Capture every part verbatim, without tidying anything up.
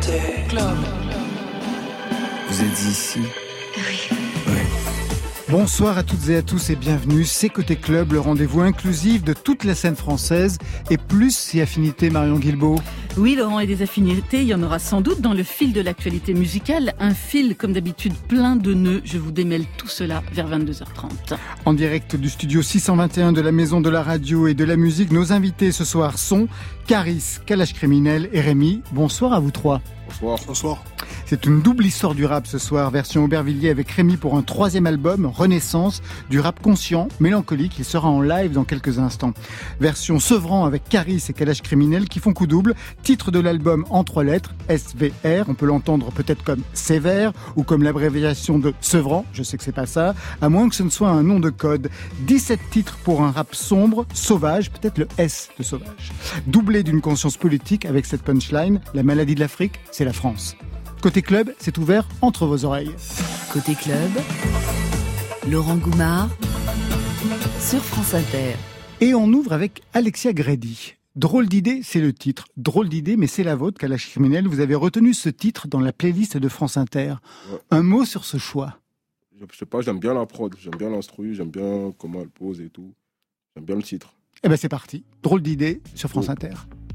Côté Club. Vous êtes ici ? Oui. Ouais. Bonsoir à toutes et à tous et bienvenue, c'est Côté Club, le rendez-vous inclusif de toute la scène française et plus si affinité Marion Guilbault. Oui Laurent, et des affinités, il y en aura sans doute dans le fil de l'actualité musicale, un fil comme d'habitude plein de nœuds, je vous démêle tout cela vers vingt-deux heures trente. En direct du studio six cent vingt et un de la Maison de la Radio et de la Musique, nos invités ce soir sont Caris, Kalash Criminel et Rémi. Bonsoir à vous trois. Bonsoir. Bonsoir. C'est une double histoire du rap ce soir, version Aubervilliers avec Rémi pour un troisième album, Renaissance, du rap conscient, mélancolique, il sera en live dans quelques instants. Version Sevran avec Caris et Kalash Criminel qui font coup double, titre de l'album en trois lettres, S V R, on peut l'entendre peut-être comme Sévère ou comme l'abréviation de Sevran, je sais que c'est pas ça, à moins que ce ne soit un nom de code. dix-sept titres pour un rap sombre, sauvage, peut-être le S de sauvage. Doublé d'une conscience politique avec cette punchline, la maladie de l'Afrique, c'est la France. Côté Club, c'est ouvert entre vos oreilles. Côté Club, Laurent Goumard sur France Inter. Et on ouvre avec Alexia Grédy. Drôle d'idée, c'est le titre. Drôle d'idée, mais c'est la vôtre, Kalash Criminel. Vous avez retenu ce titre dans la playlist de France Inter. Ouais. Un mot sur ce choix. Je, je sais pas, j'aime bien la prod, j'aime bien l'instru, j'aime bien comment elle pose et tout. J'aime bien le titre. Eh ben c'est parti. Drôle d'idée sur France oh. Inter.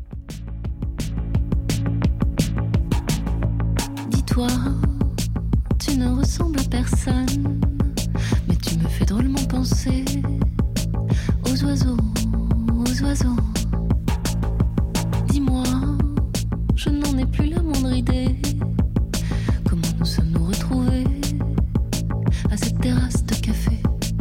Toi, tu ne ressembles à personne, mais tu me fais drôlement penser aux oiseaux, aux oiseaux. Dis-moi, je n'en ai plus la moindre idée. Comment nous sommes-nous retrouvés à cette terrasse de café?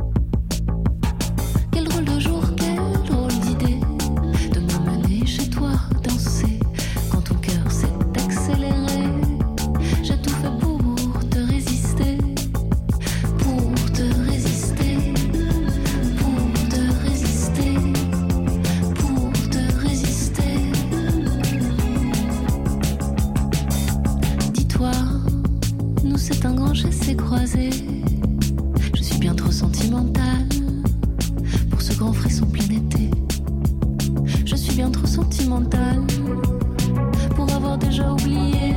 Quel drôle de jour, quelle drôle d'idée de m'emmener chez toi danser quand ton cœur s'est accéléré. J'ai tout fait pour te résister, pour te résister, pour te résister, pour te résister. Dis-toi, nous c'est un grand chassé-croisé. Je suis bien trop sentimentale pour ce grand frisson plein été. Je suis bien trop sentimentale pour avoir déjà oublié.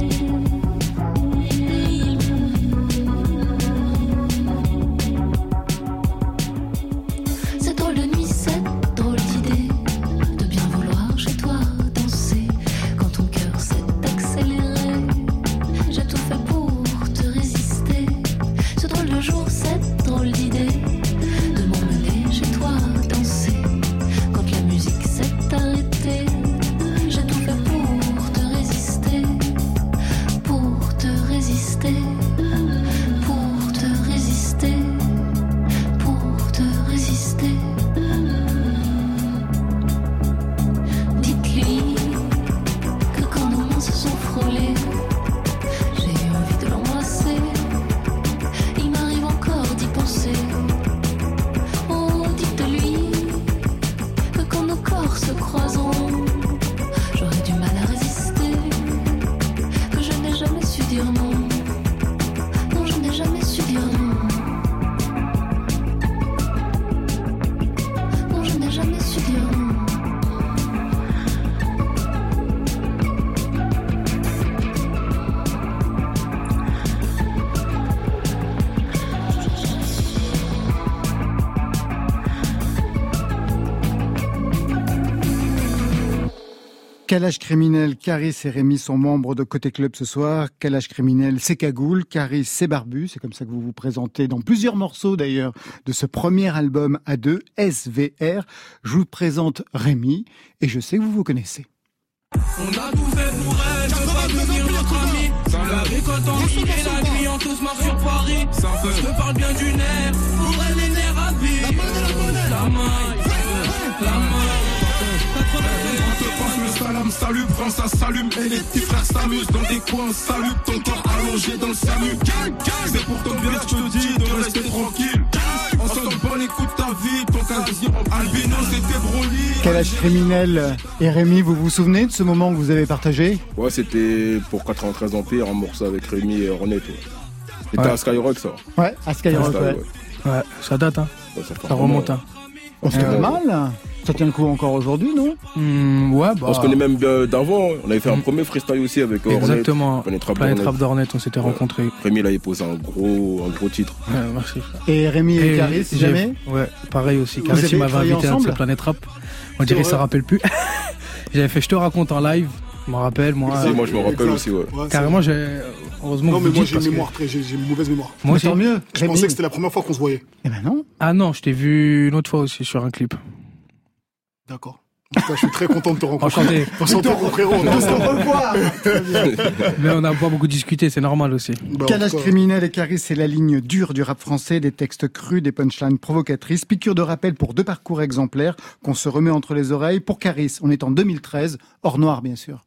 Kalash Criminel, Caris et Rémi sont membres de Côté Club ce soir. Kalash Criminel, c'est Cagoule, Caris, c'est Barbu. C'est comme ça que vous vous présentez dans plusieurs morceaux d'ailleurs de ce premier album à deux, S V R. Je vous présente Rémi et je sais que vous vous connaissez. On a tout fait pour elle, je veux pas devenir notre ami. Dans la récolte en vie et la nuit, on tous marche sur Paris. Je te parle bien du nerf, pour elle les nerfs à vie. La main de la monnaie, la main, la main. Salam, salut, prends ça, s'allume. Et les petits frères s'amusent dans des coins, salut. Ton corps allongé dans le salut. C'est pour ton bien, je te dis de rester tranquille. On s'en bat les coups de ta vie. Ton quasi albino, c'était Broly. Kalash Criminel et Rémi, vous vous souvenez de ce moment que vous avez partagé? Ouais, c'était pour quatre-vingt-treize Empire, un morceau avec Rémi et René. C'était ouais. à Skyrock, ça. Ouais, à Skyrock, ouais. Ouais, ça date, hein. Ouais, ça, ça remonte, hein. On se fait mal. Ça tient le coup encore aujourd'hui, non? Mmh, ouais, bah. On se connaît même bien d'avant. On avait fait un Mmh. premier freestyle aussi avec Hornet. Exactement. Planet Rap Planet d'Hornet. Rap d'Hornet, on s'était Ouais. rencontrés. Rémi, là, il pose un gros, un gros titre. Ouais, merci. Et Rémi et, et Caris, si j'ai- jamais? Ouais, pareil aussi. Vous Caris, avez il m'avait travaillé invité à ensemble cette Planet Rap. On dirait que ça rappelle plus. J'avais fait Je te raconte en live. Je m'en rappelle, moi. Et moi, je me rappelle Exact. aussi, ouais. Ouais, Carrément, j'ai. Heureusement Non, que mais vous moi dites j'ai parce une que- mémoire très, j'ai, j'ai une mauvaise mémoire. Moi Mais aussi. tant mieux. Je Rémi. pensais que c'était la première fois qu'on se voyait. Eh ben non. Ah non, je t'ai vu une autre fois aussi sur un clip. D'accord. En tout cas, je suis très content de te rencontrer. Enchanté. Enchanté, mon frérot. On se revoit. Mais on n'a pas beaucoup discuté, c'est normal aussi. Bah, en Calage tout cas, criminel et Caris, c'est la ligne dure du rap français, des textes crus, des punchlines provocatrices, piqûre de rappel pour deux parcours exemplaires qu'on se remet entre les oreilles. Pour Caris, on est en deux mille treize, hors noir bien sûr.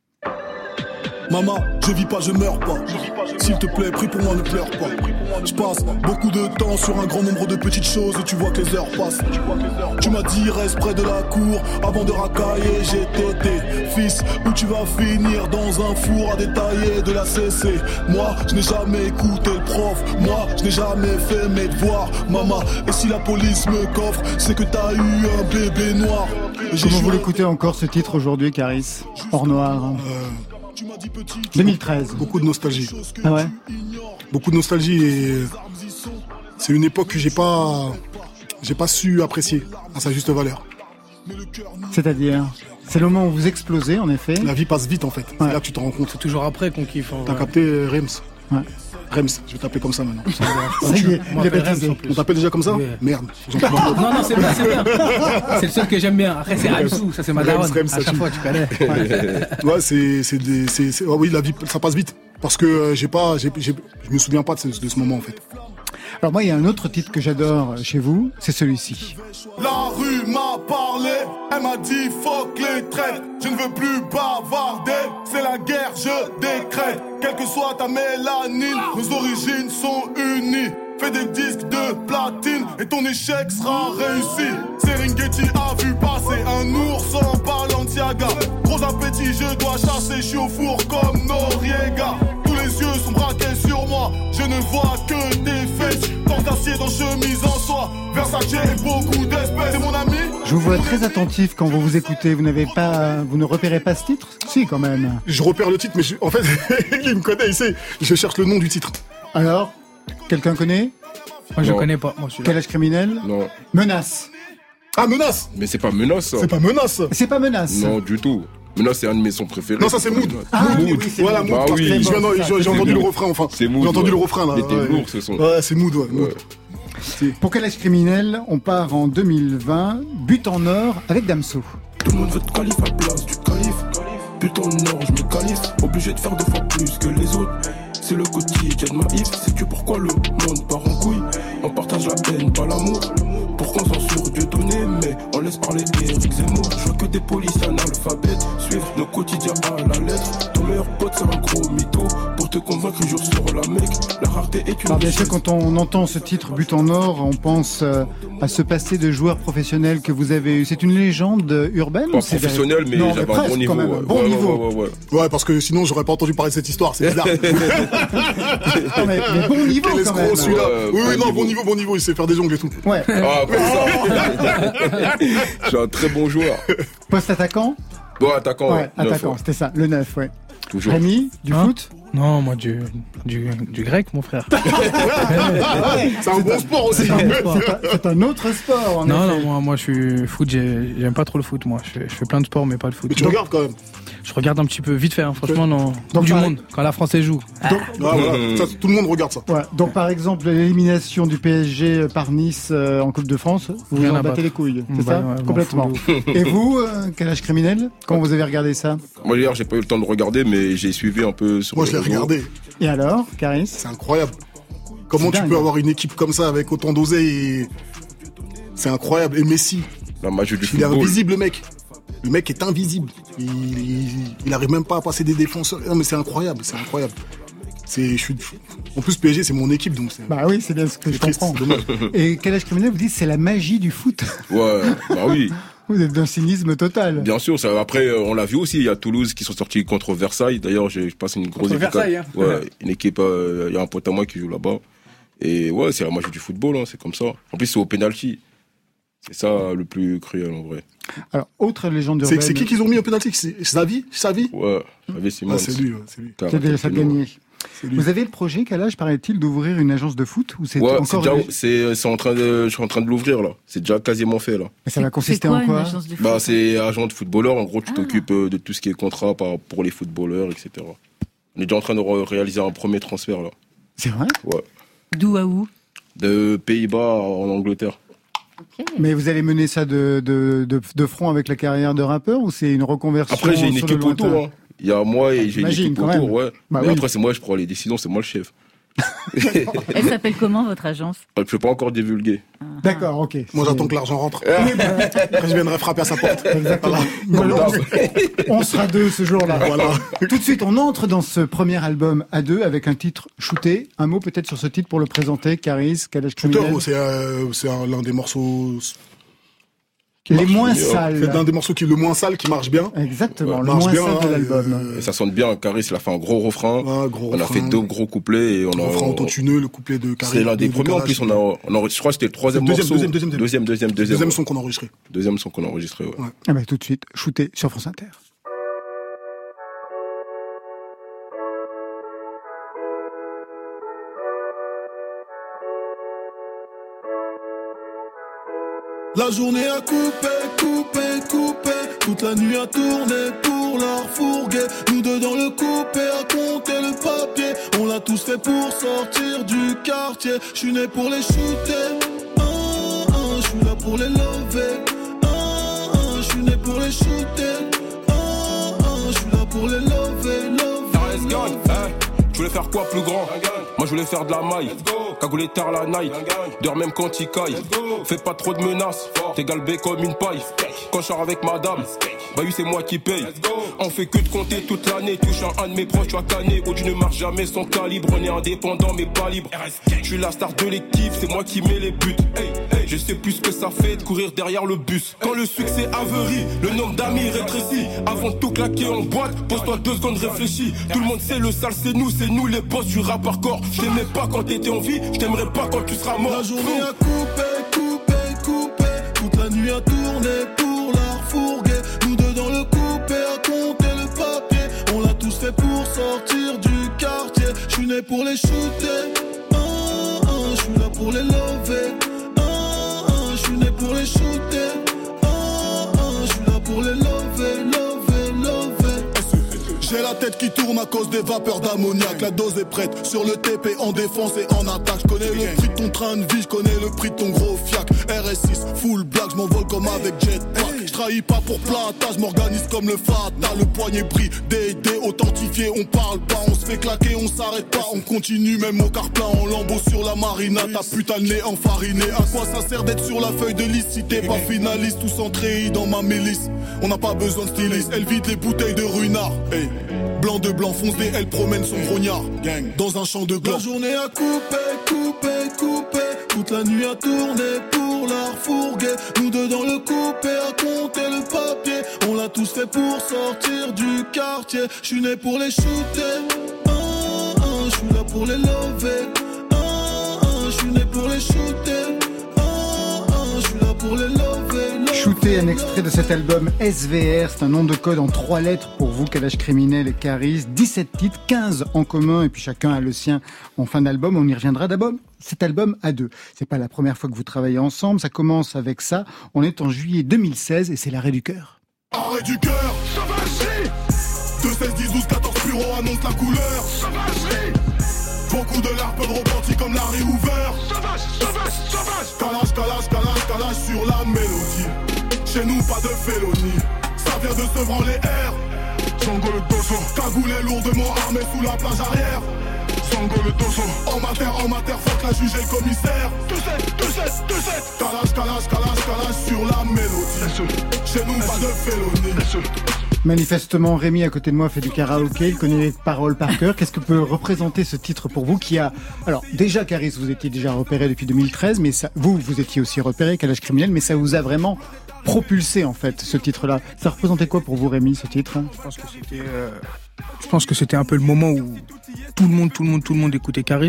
Maman, je vis pas, je meurs pas. S'il te plaît, prie pour moi, ne pleure pas. Je passe beaucoup de temps sur un grand nombre de petites choses et tu vois que les heures passent. Tu m'as dit reste près de la cour avant de racailler. J'ai tété, fils, où tu vas finir dans un four à détailler de la C C. Moi, je n'ai jamais écouté le prof. Moi, je n'ai jamais fait mes devoirs. Maman, et si la police me coffre, c'est que t'as eu un bébé noir. J'ai Comment vous joué- l'écoutez encore ce titre aujourd'hui, Caris? Hors noir. hein. euh, deux mille treize. beaucoup de nostalgie. Ah ouais? Beaucoup de nostalgie et c'est une époque que j'ai pas, j'ai pas su apprécier à sa juste valeur. C'est-à-dire? C'est le moment où vous explosez, en effet. La vie passe vite en fait. Ouais. C'est là que tu te rends compte. Toujours après qu'on kiffe. en T'as vrai. capté euh, Rems. Ouais. Rems, je vais t'appeler comme ça maintenant. Ça y est, Moi, il est appelle baptisé. Rems en plus. On t'appelle déjà comme ça? Oui. Merde. J'en peux pas. Non, non, c'est bien, c'est bien. C'est le seul que j'aime bien. Après, c'est Ramsou, ça c'est ma Rems, daronne. Rems, À ça chaque tue. fois, tu connais. Ouais, c'est, c'est des, c'est, c'est- ouais, oui, la vie, ça passe vite. Parce que euh, j'ai pas, j'ai, j'ai- je me souviens pas de ce, de ce moment en fait. Alors moi, il y a un autre titre que j'adore chez vous, c'est celui-ci. La rue m'a parlé, elle m'a dit fuck les traites. Je ne veux plus bavarder, c'est la guerre, je décrète. Quelle que soit ta mélanine, nos origines sont unies. Fais des disques de platine et ton échec sera réussi. Serengeti a vu passer un ours en Balenciaga. Gros appétit, je dois chasser, je suis au four comme Noriega. Tous les yeux sont braqués sur moi, je ne vois que des fesses. Porte-acier dans chemise en soie, Versace et beaucoup d'espèces. C'est mon ami. Je vous vois très attentif quand vous vous écoutez. Vous n'avez pas, vous ne repérez pas ce titre? Si, quand même. Je repère le titre, mais je- en fait, il me connaît, il sait. Je cherche le nom du titre. Alors, quelqu'un connaît? Moi, je Non. connais pas. Moi, je suis là. Calage criminel? Non. Menace. Ah, Menace. Mais c'est pas Menace, ça. C'est pas Menace. C'est pas menace. Non, du tout. Menace, c'est un de mes sons préférés. Non, ça c'est Mood. Ah, Mood. oui, oui, c'est Voilà, Mood. Mood. Bah parce que oui. je viens d'en- C'est j'ai, j'ai c'est entendu Mood. le refrain, enfin. C'est Mood. J'ai entendu ouais. le refrain là. Il était ouais. lourd, ce son. Ouais, c'est Mood, ouais. Mood. Ouais. Pour Calage criminel, on part en deux mille vingt, but en or avec Damso. Tout le monde veut te calife à la place du calife. Putain, non, je me calife. Obligé de faire deux fois plus que les autres. C'est le quotidien de ma if. Sais-tu pourquoi le monde part en couille? On partage la haine, pas l'amour. Pourquoi on censure Dieu donné, mais on laisse parler Eric Zemmour. Je veux que des policiers analphabètes suivent nos quotidiens à la lettre. Ton meilleur pote, c'est un gros mytho. Pour te convaincre, un jour sur la mec. La rareté est une Alors bien sûr, richesse. quand on entend ce titre but en or, on pense euh, à ce passé de joueur professionnel que vous avez eu. C'est une légende urbaine Pas ou c'est professionnel, mais Non, j'avais un presque, bon niveau. quand même, ouais. un bon Ouais, niveau. ouais, ouais, ouais. Ouais, parce que sinon j'aurais pas entendu parler de cette histoire, c'est bizarre. Non, mais, mais bon niveau Quel quand escroc même. celui-là. Ouais, Oui, oui, bon non, bon niveau. niveau, bon niveau, il sait faire des jongles et tout. Ouais. Ah, comme ça. Je suis un très bon joueur. Poste attaquant. Bon, attaquant. Ouais, neuf, attaquant. ouais. C'était ça, le neuf, ouais. Toujours. Rémi, du Hein foot. Non, moi, du, du, du grec, mon frère. C'est un bon sport aussi. C'est un, c'est un- c'est un autre sport. En Non, effet. non, moi, moi, je suis foot, j'ai- j'aime pas trop le foot, moi. Je fais, je fais plein de sports, mais pas le foot. Mais tu regardes quand même. Je regarde un petit peu, vite fait, hein, franchement, non. Donc, Coupe du pareil. monde, quand la France joue. Donc, Ah, voilà. Ça, tout le monde regarde ça. ouais. Donc par exemple, l'élimination du P S G par Nice euh, en Coupe de France, vous vous Rien en à battez battre. les couilles, c'est Bah, ça ouais, je m'en Complètement. fous Et vous, euh, Calage criminel, comment vous avez regardé ça? Moi, hier, j'ai pas eu le temps de regarder, mais j'ai suivi un peu sur Moi, les je l'ai réseaux. regardé. Et alors, Caris? C'est incroyable. Comment C'est tu dingue. peux avoir une équipe comme ça avec autant d'oseille et... C'est incroyable. Et Messi, La magie du il est football. invisible, le mec. Le mec est invisible. Il, il, il arrive même pas à passer des défenseurs. Non, mais c'est incroyable, c'est incroyable. C'est, je suis... En plus, P S G, c'est mon équipe, donc c'est... Bah oui, c'est bien ce que c'est je triste, comprends. c'est dommage. Et Calage criminel, vous dites c'est la magie du foot. Ouais, bah oui. Vous êtes d'un cynisme total. Bien sûr, ça, après, euh, on l'a vu aussi, il y a Toulouse qui sont sortis contre Versailles. D'ailleurs, j'ai je passe une grosse Contre équipe. Versailles, hein. Ouais, une équipe, euh, il y a un pote à moi qui joue là-bas. Et ouais, c'est la magie du football, hein, c'est comme ça. En plus, c'est au penalty. C'est ça le plus cruel en vrai. Alors, autre légende C'est, urbaine. c'est qui qu'ils ont mis au penalty? C'est Xavi? Xavi? Ouais, j'avais Simon. Ah, c'est lui, ouais, c'est lui. Qui a déjà gagné. Vous avez le projet, quel âge paraît-il, d'ouvrir une agence de foot ou c'est Ouais, encore c'est, déjà, c'est, c'est en train de, je suis en train de l'ouvrir là. C'est déjà quasiment fait là. Mais ça va consister en quoi? Bah, c'est agent de footballeur. En gros, tu ah. t'occupes de tout ce qui est contrat par, pour les footballeurs, et cetera. On est déjà en train de ré- réaliser un premier transfert là. C'est vrai? Ouais. D'où à où? De Pays-Bas en Angleterre. Okay. Mais vous allez mener ça de, de, de, de front avec la carrière de rappeur ou c'est une reconversion? Après, j'ai une équipe autour. Hein. Il y a moi et j'ai J'imagine, une équipe autour, ouais. Bah mais oui. après, c'est moi, je prends les décisions, c'est moi le chef. Elle s'appelle comment, votre agence? Je ne peux pas encore divulguer. Ah. D'accord, ok. Moi, c'est... j'attends que l'argent rentre. Après, je viendrai frapper à sa porte. Exactement. Voilà. On, on sera deux ce jour-là. Voilà. Tout de suite, on entre dans ce premier album à deux avec un titre shooté. Un mot peut-être sur ce titre pour le présenter. Caris, Kalash Criminel. Shooter, c'est, euh, c'est un, l'un des morceaux... Les moins sales. C'est l'un des morceaux qui est le moins sale, qui marche bien. Exactement, ouais, le moins bien, sale de hein, l'album. Et, et ça sonne bien. Caris, il a fait un gros refrain. Ouais, gros on refrain. a fait deux gros couplets et on a. Refrain autotuneux, le couplet de Caris. C'est l'un des premiers en plus. On a, on a, je crois que c'était le troisième deuxième, morceau. Deuxième, deuxième, deuxième, deuxième, deuxième. Deuxième son qu'on a enregistré. Deuxième son qu'on a enregistré, ouais. ouais. Ah bah tout de suite, shooté sur France Inter. La journée a coupé, coupé, coupé. Toute la nuit a tourné pour leur fourguer. Nous deux dans le coupé à compter le papier. On l'a tous fait pour sortir du quartier. J'suis né pour les shooter. Ah, ah, j'suis là pour les lover. Ah, ah, j'suis né pour les shooter. Ah, ah, j'suis là pour les lover, lover, lover. Je voulais faire quoi plus grand? Moi je voulais faire de la maille. Cagoulé tard la night. Dors même quand il caille. Fais pas trop de menaces. T'es galbé comme une paille. Quand je sors avec madame, bah oui c'est moi qui paye. On fait que de compter toute l'année. Touche un, un de mes proches, tu as canné. Oh tu ne marches jamais sans calibre. On est indépendant mais pas libre. Je suis la star de l'équipe, c'est moi qui mets les buts. Je sais plus ce que ça fait de courir derrière le bus. Quand le succès averie, le nombre d'amis rétrécit. Avant de tout claquer en boîte, pose-toi deux secondes, réfléchis. Tout le monde sait le sale c'est nous, c'est nous les boss du rap hardcore. Je t'aimais pas quand t'étais en vie, je t'aimerais pas quand tu seras mort. La journée a coupé, coupé, coupé. Toute la nuit a tourné pour leur fourguer. Nous deux dans le coupé à compter le papier. On l'a tous fait pour sortir du quartier. J'suis né pour les shooter. Ah, ah, j'suis là pour les lover. Ah, ah, j'suis né pour les shooter. Ah, ah, j'suis là pour les lover, lover, lover. J'ai la tête qui tourne à cause des vapeurs d'ammoniac. La dose est prête sur le T P en défense et en attaque. Je connais le prix de ton train de vie, je connais le prix de ton gros fiac. R S six, full black, je m'envole comme avec jetpack. Je trahis pas pour plata, je m'organise comme le Fata. Le poignet brille, D D authentifié, on parle pas, on se fait claquer, on s'arrête pas. On continue même au car plein en lambeau sur la marina. Ta putain de nez enfariné, à quoi ça sert d'être sur la feuille de liste si t'es pas finaliste? Tous entrés dans ma milice, on n'a pas besoin de styliste. Elle vide les bouteilles de ruinard, hey. Blanc de blanc foncé, elle promène son grognard. Gang, dans un champ de gland. La journée a coupé, coupé, coupé. Toute la nuit a tourné pour leur fourguer. Nous deux dans le coupé à compter le papier. On l'a tous fait pour sortir du quartier. J'suis né pour les shooter. Ah, ah, j'suis là pour les lover. Ah, ah, j'suis né pour les shooter. Ah, ah, j'suis là pour les lover. Shooter, un extrait de cet album S V R, c'est un nom de code en trois lettres pour vous, Kalash Criminel et Caris. dix-sept titres, quinze en commun et puis chacun a le sien en fin d'album. On y reviendra d'abord. Cet album à deux. C'est pas la première fois que vous travaillez ensemble. Ça commence avec ça. On est en juillet deux mille seize et c'est l'arrêt du cœur. Arrêt du cœur, sauvagerie. deux, seize, dix, douze, quatorze bureaux annoncent la couleur. Sauvagerie. Beaucoup de larmes peu de repentis comme Larry Hoover. Sauvage, sauvage, sauvage. Calage, calage, calage, calage sur la mélodie. Chez nous pas de félonie. Ça vient de se branler air. Sango le dosso. Cagoulé lourdement armé sous la plage arrière. Sango le dosso. En matière, en matière, faut que la juge et le commissaire. deux sept, deux sept, deux sept. Calage, calage, calage, calage sur la mélodie. Chez nous pas de félonie. Manifestement, Rémi, à côté de moi, fait du karaoké, il connaît les paroles par cœur. Qu'est-ce que peut représenter ce titre pour vous qui a... Alors, déjà, Caris, vous étiez déjà repéré depuis deux mille treize, mais ça, vous, vous étiez aussi repéré, Kalash Criminel, mais ça vous a vraiment propulsé, en fait, ce titre-là. Ça représentait quoi pour vous, Rémi, ce titre? Je pense que c'était... Euh... Je pense que c'était un peu le moment où tout le monde, tout le monde, tout le monde écoutait Caris.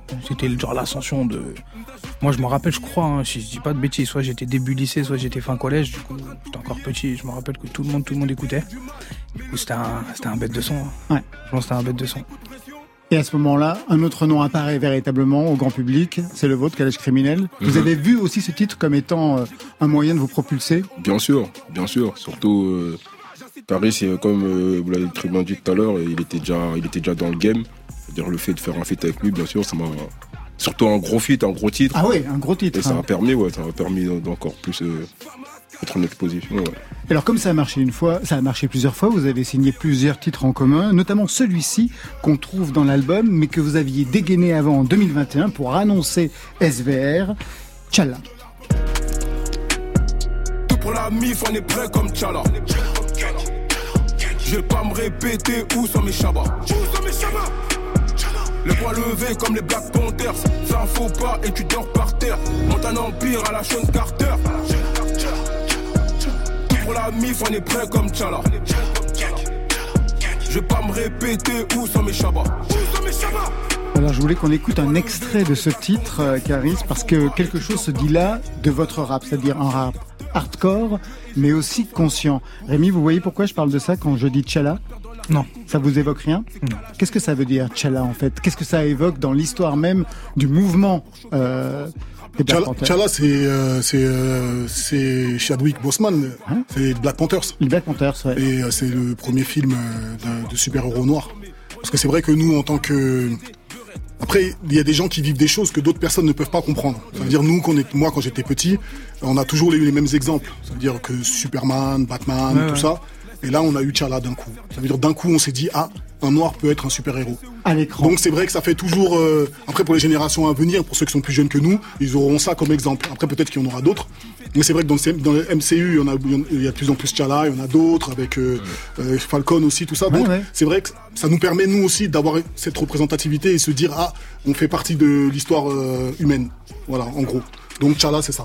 C'était genre l'ascension de... Moi, je me rappelle, je crois, hein, si je dis pas de bêtises, soit j'étais début lycée, soit j'étais fin collège. Du coup, j'étais encore petit. Je me rappelle que tout le monde, tout le monde écoutait. Du coup, c'était un, c'était un bête de son. Hein. Ouais. Je pense que c'était un bête de son. Et à ce moment-là, un autre nom apparaît véritablement au grand public, c'est le vôtre, Calèche Criminel. Mm-hmm. Vous avez vu aussi ce titre comme étant euh, un moyen de vous propulser ? Bien sûr, bien sûr. Surtout, euh, Caris, comme euh, vous l'avez très bien dit tout à l'heure, il était déjà, il était déjà dans le game. C'est-à-dire le fait de faire un feat avec lui, bien sûr, ça m'a... Surtout un gros feat, un gros titre. Ah oui, un gros titre. Et ça hein. a permis, ouais, ça a permis d'encore plus euh, être en exposition. Ouais. Et alors comme ça a marché une fois, ça a marché plusieurs fois, vous avez signé plusieurs titres en commun, notamment celui-ci qu'on trouve dans l'album, mais que vous aviez dégainé avant en deux mille vingt et un pour annoncer S V R, Tchala. Tout pour la mif, on est prêt comme Tchala. Je vais pas me répéter où sont mes chabas. Où sont mes chabas? Le poids levé comme les Black Panthers. Fais un faux pas et tu dors par terre. Monte un empire à la Sean Carter. Tout pour la mif, on est prêt comme Tchala. Je vais pas me répéter où sont mes chabas. Où sont mes chabas? Alors je voulais qu'on écoute un extrait de ce titre, euh, Caris, parce que quelque chose se dit là de votre rap, c'est-à-dire un rap hardcore, mais aussi conscient. Rémi, vous voyez pourquoi je parle de ça quand je dis Tchala ? Non. Ça vous évoque rien ? Non. Qu'est-ce que ça veut dire, Tchala, en fait ? Qu'est-ce que ça évoque dans l'histoire même du mouvement euh, des Black Panthers ? Tchala, c'est, euh, c'est, euh, c'est Chadwick Boseman, hein ? C'est Black Panthers. Les Black Panthers, ouais. Et euh, c'est le premier film euh, de, de super-héros noirs. Parce que c'est vrai que nous, en tant que... Après, il y a des gens qui vivent des choses que d'autres personnes ne peuvent pas comprendre. Ça veut dire, nous, qu'on est, moi, quand j'étais petit, on a toujours eu les mêmes exemples. Ça veut dire que Superman, Batman, ouais, tout ouais. ça... Et là, on a eu Tchala d'un coup. Ça veut dire d'un coup, on s'est dit, ah, un noir peut être un super-héros. À l'écran. Donc c'est vrai que ça fait toujours... Euh, après, pour les générations à venir, pour ceux qui sont plus jeunes que nous, ils auront ça comme exemple. Après, peut-être qu'il y en aura d'autres. Mais c'est vrai que dans le, dans le M C U, il y, en a, il y a de plus en plus Tchala, il y en a d'autres, avec euh, euh, Falcon aussi, tout ça. Donc ouais, ouais. c'est vrai que ça nous permet, nous aussi, d'avoir cette représentativité et se dire, ah, on fait partie de l'histoire euh, humaine. Voilà, en gros. Donc Tchala, c'est ça.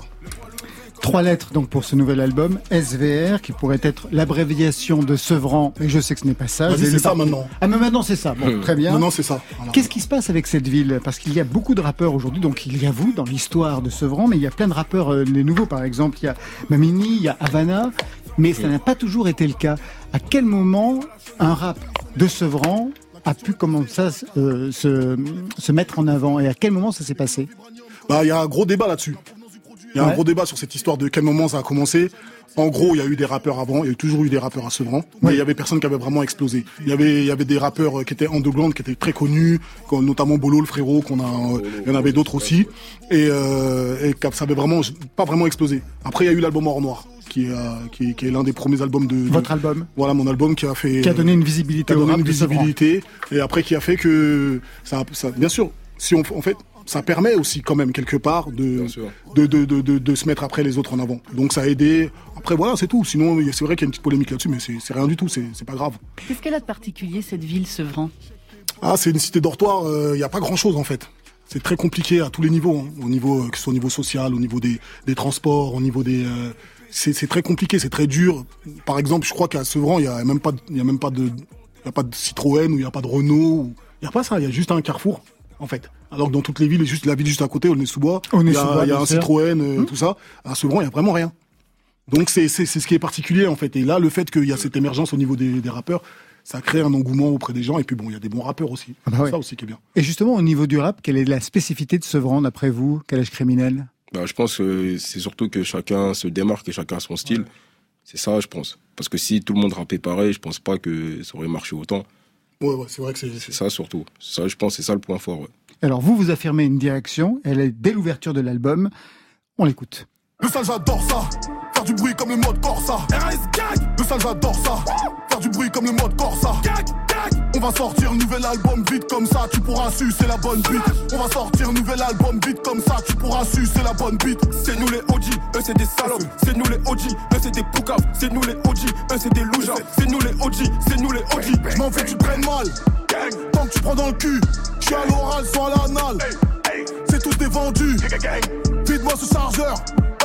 Trois lettres donc pour ce nouvel album, S V R, qui pourrait être l'abréviation de Sevran, mais je sais que ce n'est pas ça. Vas-y, c'est ça maintenant. Ah mais maintenant c'est ça, bon, euh, très bien. Maintenant c'est ça. Voilà. Qu'est-ce qui se passe avec cette ville ? Parce qu'il y a beaucoup de rappeurs aujourd'hui, donc il y a vous dans l'histoire de Sevran, mais il y a plein de rappeurs, euh, les nouveaux par exemple, il y a Mamini, il y a Havana, mais ça n'a pas toujours été le cas. À quel moment un rap de Sevran a pu comment ça euh, se, se mettre en avant et à quel moment ça s'est passé ? Bah il y a un gros débat là-dessus. Il y a ouais. un gros débat sur cette histoire de quel moment ça a commencé. En gros, il y a eu des rappeurs avant, il y a eu toujours eu des rappeurs à Sevran, ouais. mais il y avait personne qui avait vraiment explosé. Il y avait, il y avait des rappeurs qui étaient underground, qui étaient très connus, notamment Bolo le frérot, qu'on a, euh, il y en avait d'autres aussi, et, euh, et ça avait vraiment pas vraiment explosé. Après, il y a eu l'album Or Noir, qui est, euh, qui est, qui est l'un des premiers albums de... Votre de, album. Voilà, mon album qui a fait... Qui a donné une visibilité qui a donné au rap une visibilité, et après qui a fait que... ça, ça, bien sûr, si on, en fait... ça permet aussi quand même quelque part de de, de, de, de, de se mettre après les autres en avant. Donc ça a aidé. Après voilà, c'est tout. Sinon, c'est vrai qu'il y a une petite polémique là-dessus, mais c'est, c'est rien du tout, c'est, c'est pas grave. Qu'est-ce qu'elle a de particulier, cette ville, Sevran ? Ah, c'est une cité dortoir, il euh, n'y a pas grand-chose en fait. C'est très compliqué à tous les niveaux, hein. Au niveau, que ce soit au niveau social, au niveau des, des transports, au niveau des... Euh, c'est, c'est très compliqué, c'est très dur. Par exemple, je crois qu'à Sevran, il n'y a même pas de, il y a même pas de, il y a pas de Citroën ou il n'y a pas de Renault. Il n'y a pas ça, il y a juste un Carrefour. En fait. Alors que dans toutes les villes, juste la ville juste à côté, Aulnay-sous-Bois, il y a, y a un Citroën, euh, mmh. tout ça. À Sevran, il y a vraiment rien. Donc c'est, c'est, c'est ce qui est particulier en fait. Et là, le fait qu'il y a cette émergence au niveau des, des rappeurs, ça crée un engouement auprès des gens. Et puis bon, il y a des bons rappeurs aussi. Ah bah c'est ouais. ça aussi qui est bien. Et justement, au niveau du rap, quelle est la spécificité de Sevran d'après vous, Calèche Criminel ? Bah, je pense que c'est surtout que chacun se démarque et chacun a son style. Ouais. C'est ça, je pense. Parce que si tout le monde rappait pareil, je pense pas que ça aurait marché autant. Ouais, ouais, c'est vrai que c'est... C'est ça surtout. Ça, je pense, c'est ça le point fort. Ouais. Alors vous, vous affirmez une direction, elle est dès l'ouverture de l'album. On l'écoute. Le sale, j'adore ça. Faire du bruit comme le mode Corsa. R S gang. Le sale, j'adore ça. Faire du bruit comme le mode Corsa. Gang, gang. On va sortir un nouvel album vite comme ça, tu pourras sucer la bonne bite. On va sortir un nouvel album vite comme ça, tu pourras sucer la bonne bite. C'est nous les O G, eux c'est des salopes. C'est nous les O G, eux c'est des poucaves. C'est nous les O G, eux c'est des loujas. C'est nous les O G, c'est nous les O G. Je m'en fais, tu prennes mal. Tant que tu prends dans le cul, je suis à l'oral, soit à l'anal. C'est tous des vendus. Vide-moi ce chargeur.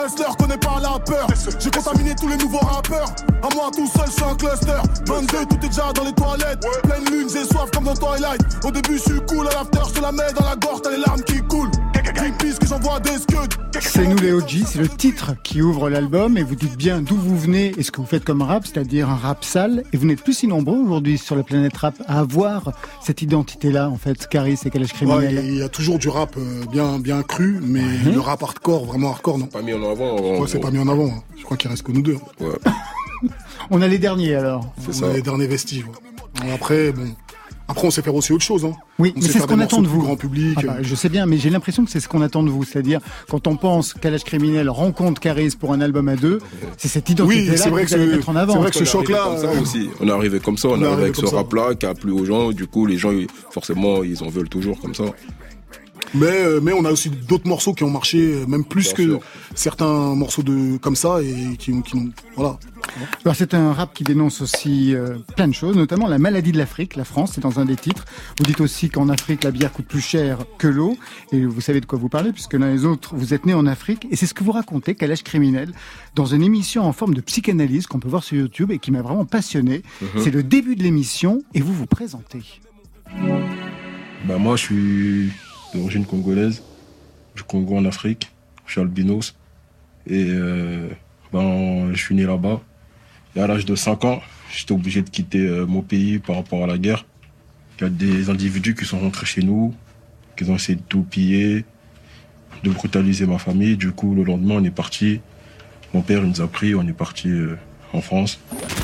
hustler, connais pas la peur. J'ai contaminé tous les nouveaux rappeurs. À moi tout seul, je suis un cluster. vingt-deux, tout est déjà dans les toilettes. Pleine lune, j'ai soif comme dans Twilight. Au début, je suis cool, à l'after, je te la mets dans la gorge, t'as les larmes qui coulent. Greenpeace que j'envoie des scuds. C'est nous les O G, c'est le titre qui ouvre l'album et vous dites bien d'où vous venez et ce que vous faites comme rap, c'est-à-dire un rap sale. Et vous n'êtes plus si nombreux aujourd'hui sur la planète rap à avoir cette identité-là, en fait, Caris et Calèche Criminel. Ouais, il y a toujours du rap euh, bien, bien cru, mais mmh. le rap hardcore, vraiment hardcore, non. Pas mis en avant. Ouais, c'est pas mis en avant. Hein. Je crois qu'il reste que nous deux. Ouais. On a les derniers alors. C'est ça. On a les derniers vestiges. Ouais. Après, bon. Après, on sait faire aussi autre chose. Hein. Oui, on mais c'est ce qu'on attend de vous. Grand public. Ah bah, je sais bien, mais j'ai l'impression que c'est ce qu'on attend de vous. C'est-à-dire, quand on pense Calèche Criminel rencontre Caris pour un album à deux, c'est cette identité-là oui, c'est vrai que vous allez mettre en avant. C'est vrai que ce choc-là... Ça aussi. On est arrivé comme ça, on, on est arrivé avec ce rap-là qui a plu aux gens. Du coup, les gens, forcément, ils en veulent toujours comme ça. Mais, mais on a aussi d'autres morceaux qui ont marché, même plus Bien que sûr. certains morceaux de comme ça et qui, qui ont... Voilà. Alors c'est un rap qui dénonce aussi euh, plein de choses, notamment la maladie de l'Afrique, la France, c'est dans un des titres. Vous dites aussi qu'en Afrique, la bière coûte plus cher que l'eau, et vous savez de quoi vous parlez, puisque l'un et les autres, vous êtes nés en Afrique, et c'est ce que vous racontez, Calèche Criminel, dans une émission en forme de psychanalyse qu'on peut voir sur YouTube et qui m'a vraiment passionné. Mm-hmm. C'est le début de l'émission, et vous vous présentez. Bah moi, je suis d'origine congolaise, du Congo en Afrique, je suis albinos, et euh, ben, je suis né là-bas. Et à l'âge de cinq ans, j'étais obligé de quitter euh, mon pays par rapport à la guerre. Il y a des individus qui sont rentrés chez nous, qui ont essayé de tout piller, de brutaliser ma famille. Du coup, le lendemain, on est parti. Mon père il nous a pris, on est parti euh, en France.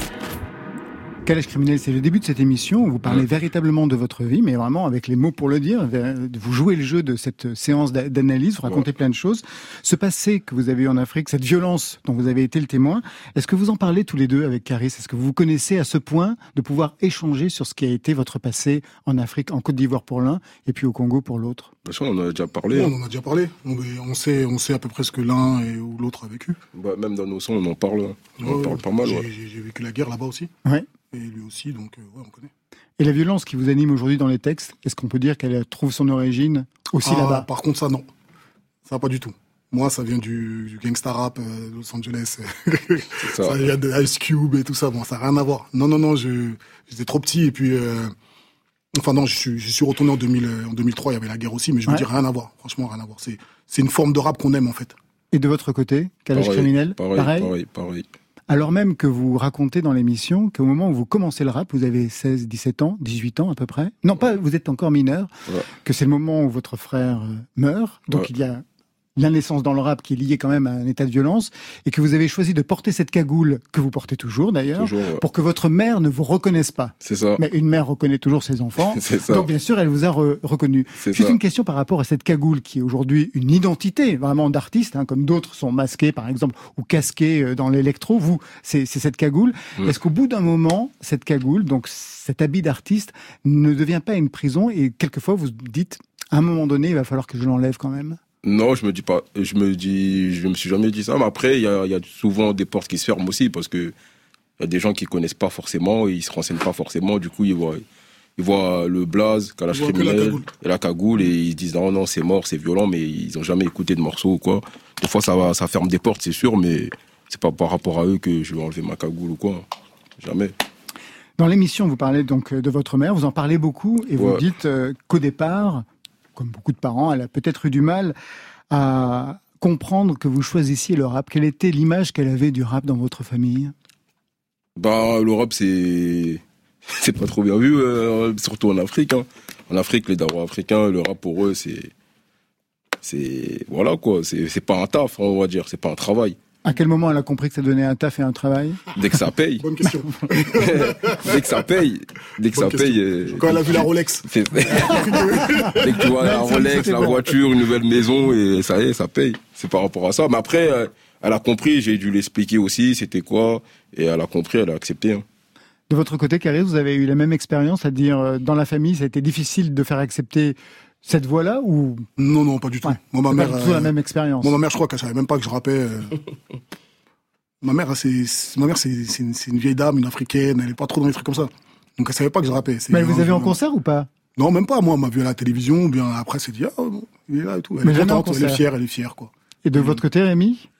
Calèche Criminel, c'est le début de cette émission où vous parlez ouais. véritablement de votre vie, mais vraiment avec les mots pour le dire. Vous jouez le jeu de cette séance d'analyse, vous racontez ouais. plein de choses. Ce passé que vous avez eu en Afrique, cette violence dont vous avez été le témoin, est-ce que vous en parlez tous les deux avec Caris ? Est-ce que vous vous connaissez à ce point de pouvoir échanger sur ce qui a été votre passé en Afrique, en Côte d'Ivoire pour l'un, et puis au Congo pour l'autre ? Bien sûr, on en a déjà parlé. Ouais, on en a déjà parlé. On, on, sait, on sait à peu près ce que l'un et, ou l'autre a vécu. Bah, même dans nos sons, on en parle. On ouais, en parle pas mal. J'ai, ouais. j'ai vécu la guerre là-bas aussi. Ouais. Et lui aussi, donc euh, ouais, on connaît. Et la violence qui vous anime aujourd'hui dans les textes, est-ce qu'on peut dire qu'elle trouve son origine aussi ah, là-bas ? Par contre, ça, non. Ça, pas du tout. Moi, ça vient du, du gangsta rap euh, de Los Angeles. ça. ça vient de Ice Cube et tout ça. Bon, ça n'a rien à voir. Non, non, non, je, j'étais trop petit et puis... Euh, enfin non, je suis, je suis retourné en, deux mille, en deux mille trois, il y avait la guerre aussi, mais je ouais. me dis rien à voir. Franchement, rien à voir. C'est, c'est une forme de rap qu'on aime, en fait. Et de votre côté, Calèche Criminel ? Pareil, pareil, pareil, pareil. Alors même que vous racontez dans l'émission qu'au moment où vous commencez le rap, vous avez seize, dix-sept ans, dix-huit ans à peu près. Non, pas, vous êtes encore mineur. Ouais. Que c'est le moment où votre frère meurt. Donc ouais. il y a la naissance dans le rap qui est liée quand même à un état de violence, et que vous avez choisi de porter cette cagoule, que vous portez toujours d'ailleurs, toujours, ouais. pour que votre mère ne vous reconnaisse pas. C'est ça. Mais une mère reconnaît toujours ses enfants. C'est ça. Donc bien sûr, elle vous a re- reconnu. C'est Juste ça. une question par rapport à cette cagoule qui est aujourd'hui une identité vraiment d'artiste, hein, comme d'autres sont masqués par exemple, ou casqués dans l'électro. Vous, c'est, c'est cette cagoule. Mmh. Est-ce qu'au bout d'un moment, cette cagoule, donc cet habit d'artiste, ne devient pas une prison, et quelquefois vous dites, à un moment donné, il va falloir que je l'enlève quand même ? Non, je me dis pas. Je me dis, je me suis jamais dit ça. Mais après, il y a, y a souvent des portes qui se ferment aussi parce que il y a des gens qui connaissent pas forcément, ils se renseignent pas forcément. Du coup, ils voient, ils voient le blaze, Calèche Criminel et la cagoule et ils se disent non, non, c'est mort, c'est violent, mais ils ont jamais écouté de morceaux ou quoi. Des fois, ça va, ça ferme des portes, c'est sûr, mais c'est pas par rapport à eux que je vais enlever ma cagoule ou quoi. Jamais. Dans l'émission, vous parlez donc de votre mère, vous en parlez beaucoup et vous ouais. dites euh, qu'au départ, comme beaucoup de parents, elle a peut-être eu du mal à comprendre que vous choisissiez le rap. Quelle était l'image qu'elle avait du rap dans votre famille ? Bah, le rap, c'est c'est pas trop bien vu, euh, surtout en Afrique. Hein. En Afrique, les darons africains, le rap pour eux, c'est c'est voilà quoi, c'est c'est pas un taf, on va dire, c'est pas un travail. À quel moment elle a compris que ça donnait un taf et un travail ? Dès que ça paye. Bonne question. Dès que ça paye. Dès que Bonne ça question. paye. Euh... Quand elle a vu la Rolex. Dès que tu vois la Rolex, la voiture, une nouvelle maison, et ça y est, ça paye. C'est par rapport à ça. Mais après, euh, elle a compris, j'ai dû l'expliquer aussi, c'était quoi, et elle a compris, elle a accepté. Hein. De votre côté, Caris, vous avez eu la même expérience, c'est-à-dire, euh, dans la famille, ça a été difficile de faire accepter cette voie-là ou... Non, non, pas du tout. Ouais, moi, ma c'est mère, pas du tout euh... la même expérience. Moi, ma mère, je crois qu'elle savait même pas que je rappais. Euh... ma mère, c'est, c'est... ma mère, c'est, c'est, une... c'est une vieille dame, une africaine. Elle est pas trop dans les trucs comme ça. Donc, elle savait pas que je rappais. C'est Mais elle vous avez un... en concert ou pas ? Non, même pas. Moi, elle m'a vu à la télévision. Bien après, elle s'est dit, ah, bon, il est là et tout. Elle Mais est contente, elle est fière, elle est fière, quoi. Et de mmh. votre côté, Rémi ?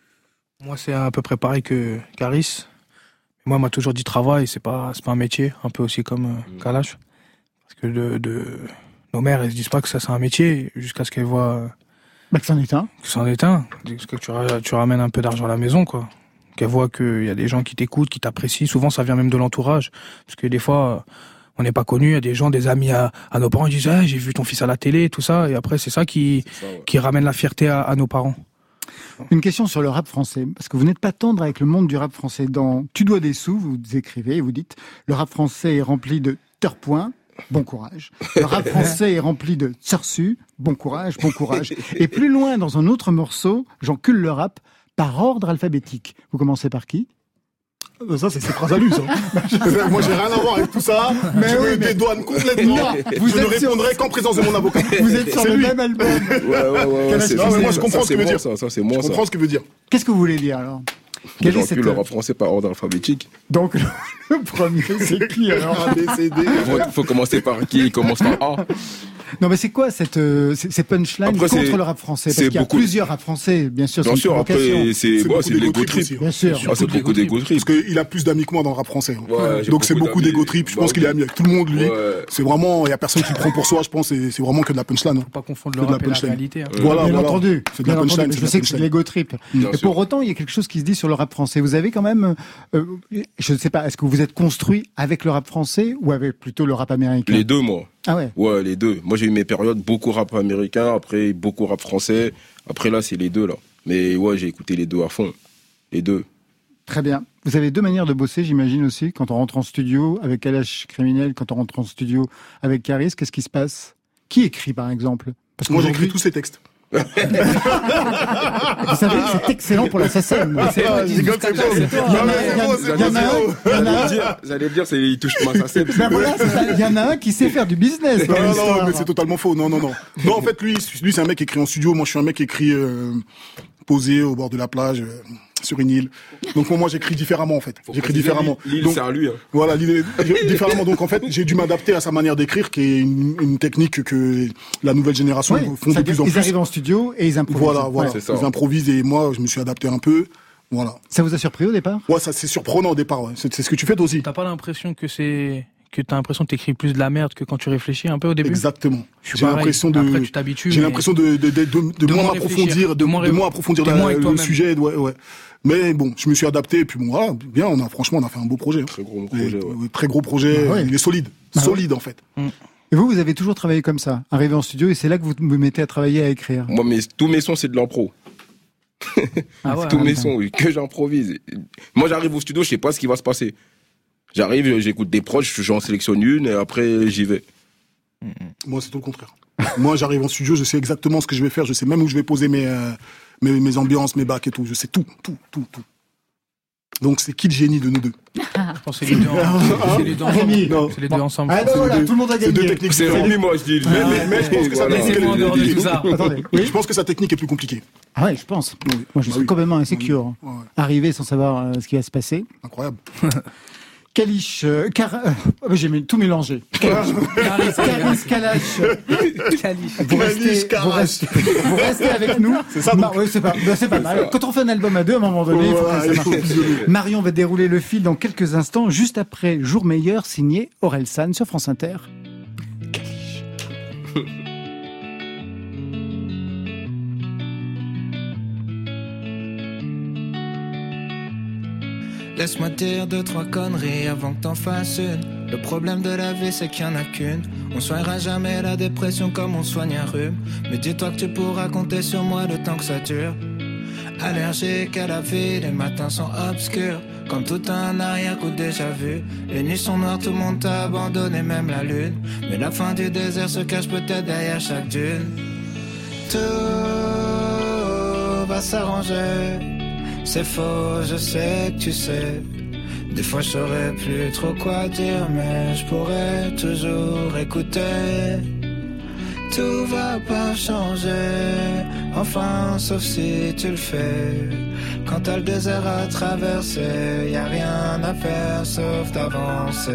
Moi, c'est à peu près pareil que Caris. Moi, on m'a toujours dit travail, c'est pas, c'est pas un métier, un peu aussi comme euh, Kalash. Parce que de, de, nos mères, elles se disent pas que ça c'est un métier, jusqu'à ce qu'elles voient bah, que c'en est un. Que c'en est un. Parce que tu, tu ramènes un peu d'argent à la maison, quoi. Qu'elles voient qu'il y a des gens qui t'écoutent, qui t'apprécient. Souvent, ça vient même de l'entourage. Parce que des fois, on n'est pas connus, il y a des gens, des amis à, à nos parents, ils disent ah, j'ai vu ton fils à la télé, tout ça. Et après, c'est ça qui, c'est ça, ouais. qui ramène la fierté à, à nos parents. Une question sur le rap français, parce que vous n'êtes pas tendre avec le monde du rap français. Dans Tu dois des sous, vous écrivez et vous dites « Le rap français est rempli de turpoints, bon courage. Le rap français est rempli de tsarsu, bon courage, bon courage. » Et plus loin, dans un autre morceau, j'encule le rap par ordre alphabétique. Vous commencez par qui ? Ça, c'est ses phrases à lui, ça. Moi, j'ai rien à voir avec tout ça. Mais je oui, me mais... dédouane complètement. Non, vous je ne répondrai sur... qu'en présence de mon avocat. Vous êtes sur c'est le lui. même album. Ouais, ouais, ouais. ouais c'est, non, mais moi, je comprends ça, ce qu'il veut dire. Ça, ça, c'est moi, je comprends ça. ce qu'il veut dire. Qu'est-ce que vous voulez dire, alors ? Quel est cette... le rap français par ordre alphabétique. Donc, le premier, c'est qui, alors ? A, B, C, D. Il faut commencer par qui ? Il commence par A. Non, mais c'est quoi cette, euh, ces punchlines après, contre c'est, le rap français ? Parce qu'il y a beaucoup... plusieurs rap français, bien sûr. Bien sûr, après, c'est, c'est, ouais, c'est de l'ego trip. Bien sûr. Ah, c'est beaucoup d'ego trip. Parce qu'il a plus d'amis que moi dans le rap français. Ouais, donc c'est beaucoup d'ego trip. Je pense qu'il est ami avec tout le monde, lui. C'est vraiment, il y a personne qui le prend pour soi, je pense. C'est vraiment que de la punchline. Faut pas confondre le rap et la réalité. Voilà, bien entendu. C'est de la punchline. Je sais que c'est de l'ego trip. Et pour autant, il y a quelque chose qui se dit sur le rap français. Vous avez quand même, je ne sais pas, est-ce que vous êtes construit avec le rap français ou avec plutôt le rap américain ? Les deux, moi. Ah ouais. Ouais, les deux. Moi, j'ai eu mes périodes beaucoup rap américain, après beaucoup rap français. Après là, c'est les deux là. Mais ouais, j'ai écouté les deux à fond. Les deux. Très bien. Vous avez deux manières de bosser, j'imagine aussi. Quand on rentre en studio avec Kalash Criminel, quand on rentre en studio avec Caris, qu'est-ce qui se passe ? Qui écrit, par exemple ? Parce que moi, j'écris tous ces textes. Vous savez, c'est excellent pour l'assassin. C'est pas dit comme c'est J'allais dire, c'est il touche ma sassette. Ben voilà, il y en a un qui sait faire du business. Non, non, non, mais c'est totalement faux. Non, non, non. Non, en fait, lui, lui, c'est un mec qui écrit en studio. Moi, je suis un mec qui écrit euh, posé au bord de la plage. Euh, sur une île. Donc moi j'écris différemment en fait. Faut j'écris différemment. L'île, l'île donc, c'est à lui. Hein. Voilà, l'île est différemment. Donc en fait j'ai dû m'adapter à sa manière d'écrire, qui est une, une technique que la nouvelle génération ouais, font de plus en ils plus. Ils arrivent en studio et ils improvisent. Voilà, voilà. Ouais, ils improvisent et moi je me suis adapté un peu. Voilà. Ça vous a surpris au départ ? Ouais, ça c'est surprenant au départ. Ouais. C'est, c'est ce que tu fais toi aussi. T'as pas l'impression que c'est que t'as l'impression que t'écris plus de la merde que quand tu réfléchis un peu au début ? Exactement. J'ai pareil. l'impression de. Après tu t'habitues. J'ai l'impression de de de, de, de, de moins m'approfondir, de, de moins approfondir la, le sujet. Ouais, ouais. Mais bon, je me suis adapté et puis bon, voilà, bien, on a franchement, on a fait un beau projet. Très gros projet. Et, ouais. Très gros projet. Bah ouais. Il est solide, bah solide ouais. en fait. Mm. Et vous, vous avez toujours travaillé comme ça, arrivé en studio et c'est là que vous vous mettez à travailler, à écrire. Moi, mes, tous mes sons, c'est de l'impro. Ah ouais, tous mes sons, oui, que j'improvise. Moi, j'arrive au studio, je sais pas ce qui va se passer. J'arrive, j'écoute des prods, j'en sélectionne une et après j'y vais. Mm. Moi, c'est tout le contraire. Moi, j'arrive en studio, je sais exactement ce que je vais faire, je sais même où je vais poser mes. Euh, Mes, mes ambiances, mes bacs et tout, je sais tout, tout, tout, tout. Donc c'est qui le génie de nous deux ? Je pense que c'est les deux, en... c'est les deux ensemble. Non. C'est les deux ensemble. Ah non, voilà, tout le monde a gagné. C'est deux techniques. C'est Rémi, moi je dis. Mais, mais, mais je pense que ça technique. Attendez, oui. Je pense que sa technique est plus compliquée. Ah ouais, je pense. Oui. Moi, je suis oui. complètement insécure. Oui. Ouais. Arriver sans savoir euh, ce qui va se passer. Incroyable. Kalish, euh, car... euh, j'ai tout mélangé. Kalish, Kalash. Vous restez, vous restez, vous restez avec nous. C'est ça. Ma... Oui, c'est pas, ben, c'est pas mal. Quand on fait un album à deux, à un moment donné, il faut que ça marche. Marion va dérouler le fil dans quelques instants, juste après Jour meilleur, signé Orelsan sur France Inter. Kalish. Laisse-moi dire deux, trois conneries avant que t'en fasses une. Le problème de la vie, c'est qu'il y en a qu'une. On soignera jamais la dépression comme on soigne un rhume. Mais dis-toi que tu pourras compter sur moi le temps que ça dure. Allergique à la vie, les matins sont obscurs. Comme tout un arrière-coup déjà vu. Les nuits sont noires, tout le monde t'a abandonné, même la lune. Mais la fin du désert se cache peut-être derrière chaque dune. Tout va s'arranger. C'est faux, je sais que tu sais. Des fois je saurais plus trop quoi dire, mais je pourrais toujours écouter. Tout va pas changer, enfin sauf si tu le fais. Quand t'as le désert à traverser, y a rien à faire sauf d'avancer.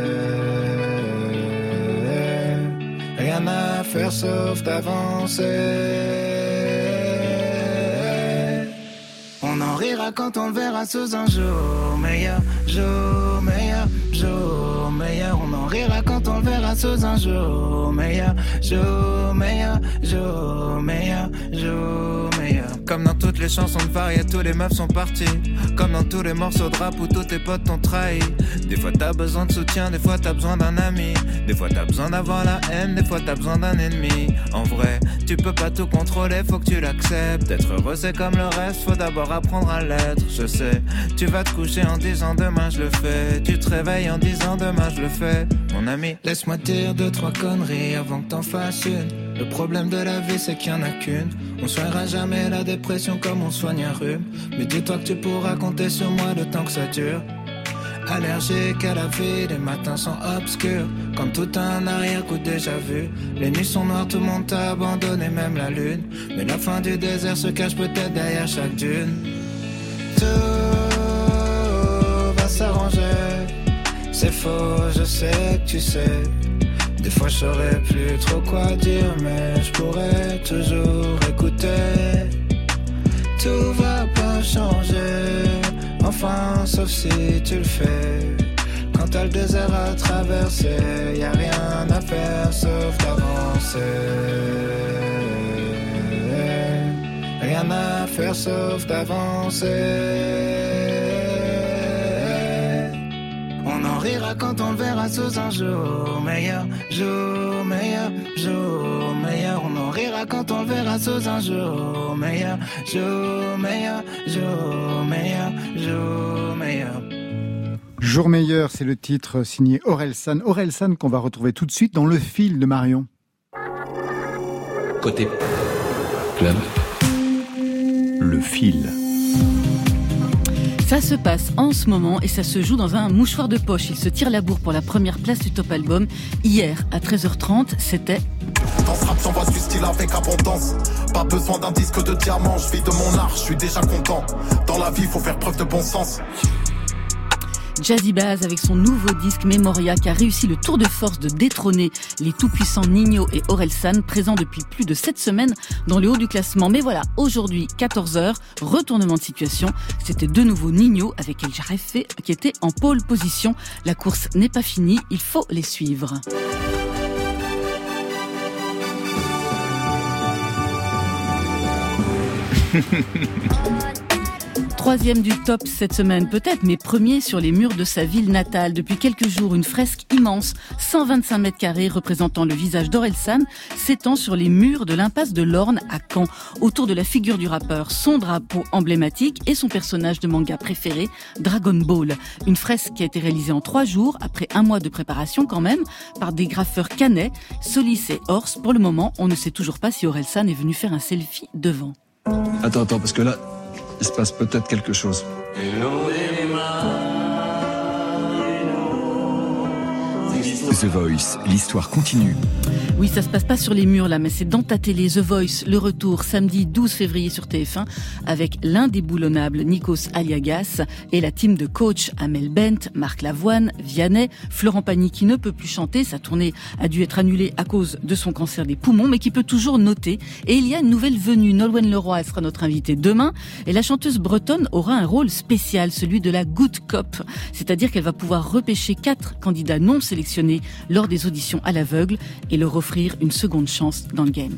Rien à faire sauf d'avancer. On en rira quand on le verra sous un jour meilleur, jour meilleur, jour meilleur. On en rira quand on le verra sous un jour meilleur, jour meilleur, jour meilleur, jour meilleur. Comme dans toutes les chansons de Varia, tous les meufs sont partis. Comme dans tous les morceaux de rap où tous tes potes t'ont trahi. Des fois t'as besoin de soutien, des fois t'as besoin d'un ami. Des fois t'as besoin d'avoir la haine, des fois t'as besoin d'un ennemi. En vrai, tu peux pas tout contrôler, faut que tu l'acceptes. Être heureux c'est comme le reste, faut d'abord apprendre à l'être. Je sais, tu vas te coucher en disant demain je le fais. Tu te réveilles en disant demain je le fais. Mon ami, laisse-moi dire deux trois conneries avant que t'en fasses une. Le problème de la vie c'est qu'il y en a qu'une. On soignera jamais la dépression comme on soigne un rhume. Mais dis-toi que tu pourras compter sur moi le temps que ça dure. Allergique à la vie, les matins sont obscurs. Comme tout un arrière-coup déjà vu. Les nuits sont noires, tout le monde t'a abandonné, même la lune. Mais la fin du désert se cache peut-être derrière chaque dune. Tout va s'arranger. C'est faux, je sais que tu sais. Des fois je saurais plus trop quoi dire, mais je pourrais toujours écouter. Tout va pas changer, enfin sauf si tu le fais. Quand t'as le désert à traverser, y a rien à faire sauf d'avancer. Rien à faire sauf d'avancer. On en rira quand on le verra sous un jour meilleur, jour meilleur, jour meilleur. On en rira quand on le verra sous un jour meilleur, jour meilleur, jour meilleur, jour meilleur. Jour meilleur, c'est le titre signé Orelsan. Orelsan qu'on va retrouver tout de suite dans Le Fil de Marion. Côté club, Le Fil. Ça se passe en ce moment et ça se joue dans un mouchoir de poche. Il se tire la bourre pour la première place du Top Album. Hier, à treize heures trente, c'était... Dans ce rap, j'envoie du style avec abondance. Pas besoin d'un disque de diamant, je vis de mon art, je suis déjà content. Dans la vie, faut faire preuve de bon sens. Jazzy Bass avec son nouveau disque Memoria qui a réussi le tour de force de détrôner les tout-puissants Ninho et Orelsan, présents depuis plus de sept semaines dans le haut du classement. Mais voilà, aujourd'hui, quatorze heures, retournement de situation. C'était de nouveau Ninho avec El Jarefé qui était en pole position. La course n'est pas finie, il faut les suivre. Troisième du top cette semaine peut-être, mais premier sur les murs de sa ville natale. Depuis quelques jours, une fresque immense, cent vingt-cinq mètres carrés, représentant le visage d'Orelsan, s'étend sur les murs de l'impasse de l'Orne à Caen, autour de la figure du rappeur, son drapeau emblématique et son personnage de manga préféré, Dragon Ball. Une fresque qui a été réalisée en trois jours, après un mois de préparation quand même, par des graffeurs caennais, Solis et Horst. Pour le moment, on ne sait toujours pas si Orelsan est venu faire un selfie devant. Attends, attends, parce que là, il se passe peut-être quelque chose. The Voice, l'histoire continue. Oui, ça se passe pas sur les murs là, mais c'est dans ta télé. The Voice, le retour samedi douze février sur T F un avec l'indéboulonnable Nikos Aliagas et la team de coach Amel Bent, Marc Lavoine, Vianney, Florent Pagny qui ne peut plus chanter. Sa tournée a dû être annulée à cause de son cancer des poumons, mais qui peut toujours noter. Et il y a une nouvelle venue, Nolwenn Leroy, elle sera notre invitée demain. Et la chanteuse bretonne aura un rôle spécial, celui de la Good Cop. C'est-à-dire qu'elle va pouvoir repêcher quatre candidats non sélectionnés lors des auditions à l'aveugle et leur offrir une seconde chance dans le game.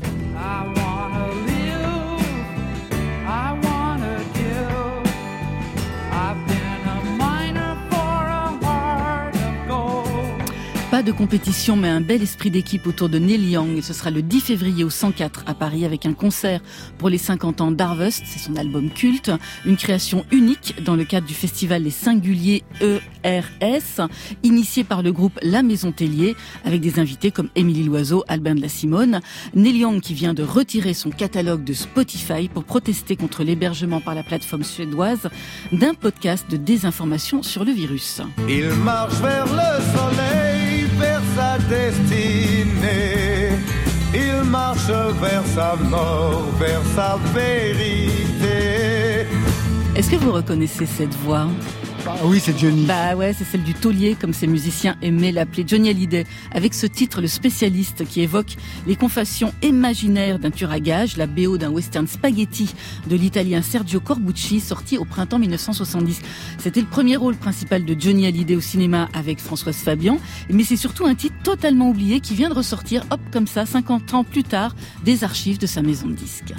Pas de compétition, mais un bel esprit d'équipe autour de Neil Young. Et ce sera le dix février au cent quatre à Paris avec un concert pour les cinquante ans d'Harvest. C'est son album culte. Une création unique dans le cadre du festival Les Singuliers E R S, initié par le groupe La Maison Tellier, avec des invités comme Émilie Loiseau, Albin de la Simone. Neil Young qui vient de retirer son catalogue de Spotify pour protester contre l'hébergement par la plateforme suédoise d'un podcast de désinformation sur le virus. Il marche vers le soleil, vers sa destinée. Il marche vers sa mort, vers sa vérité. Est-ce que vous reconnaissez cette voix ? Bah oui, c'est Johnny. Bah ouais, c'est celle du taulier, comme ses musiciens aimaient l'appeler, Johnny Hallyday, avec ce titre, Le Spécialiste, qui évoque les confessions imaginaires d'un tueur à gages, la B O d'un western spaghetti de l'italien Sergio Corbucci, sorti au printemps mille neuf cent soixante-dix. C'était le premier rôle principal de Johnny Hallyday au cinéma avec Françoise Fabian, mais c'est surtout un titre totalement oublié qui vient de ressortir, hop, comme ça, cinquante ans plus tard, des archives de sa maison de disques.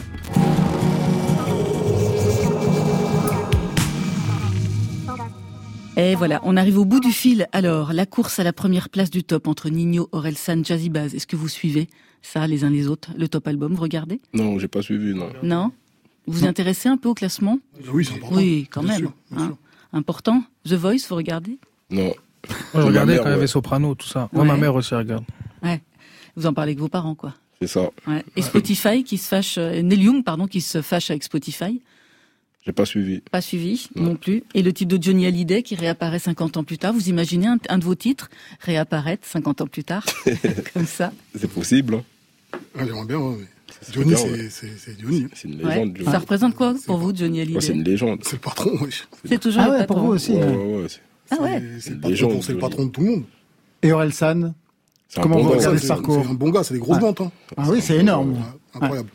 Et voilà, on arrive au bout du fil. Alors, la course à la première place du top entre Nino, Orelsan, Jazzy Bass. Est-ce que vous suivez ça les uns les autres, le top album, vous regardez ? Non, j'ai pas suivi, non. Non ? Vous vous intéressez un peu au classement ? Oui, c'est important. Oui, quand bien même. Sûr, bien hein. sûr. Important. The Voice, vous regardez ? Non. Moi, je regardais mère, quand il y avait ouais. Soprano, tout ça. Moi, Ouais. ma mère aussi regarde. Ouais. Vous en parlez avec vos parents, quoi. C'est ça. Ouais. Et Spotify qui se fâche, euh, Neil Young, pardon, qui se fâche avec Spotify. J'ai pas suivi. Pas suivi Non. non plus. Et le titre de Johnny Hallyday qui réapparaît cinquante ans plus tard. Vous imaginez un, un de vos titres réapparaître cinquante ans plus tard, comme ça. C'est possible. Hein. Ah, j'aimerais bien, ouais, mais Ça Johnny, bien, c'est, ouais. c'est, c'est Johnny. C'est une Ouais. légende. Johnny. Ça représente quoi pour vous, Johnny Hallyday ? Ouais, c'est une légende. C'est le patron, wesh. C'est toujours Ah le ouais, patron. pour vous aussi. Ouais, hein. ouais, ouais, c'est Ah ouais. C'est, c'est, Une le patron, légende, c'est le Johnny. patron de tout le monde. Et Orelsan, c'est un comment bon vous gars, regardez c'est- ce parcours ? C'est un bon gars, c'est des grosses Ah. ventes. Hein. Ah oui, c'est énorme. Ouais, incroyable.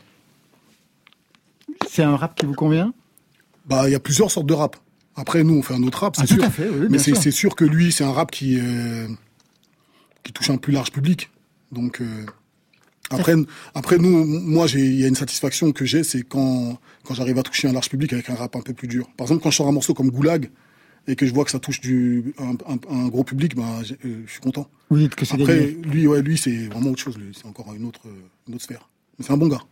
C'est un rap qui vous convient ? Bah, il y a plusieurs sortes de rap. Après, nous, on fait un autre rap, c'est Ah, sûr. tout à fait, oui, bien mais c'est, sûr. c'est sûr que lui, c'est un rap qui, euh, qui touche un plus large public. Donc, euh, après, après, nous, moi, j'ai, il y a une satisfaction que j'ai, c'est quand, quand j'arrive à toucher un large public avec un rap un peu plus dur. Par exemple, quand je sors un morceau comme Goulag, et que je vois que ça touche du, un, un, un gros public, bah, j'ai- euh, je suis content. Vous dites que c'est Après, gagné. lui, ouais, lui, c'est vraiment autre chose, lui. C'est encore une autre, une autre sphère. Mais c'est un bon gars.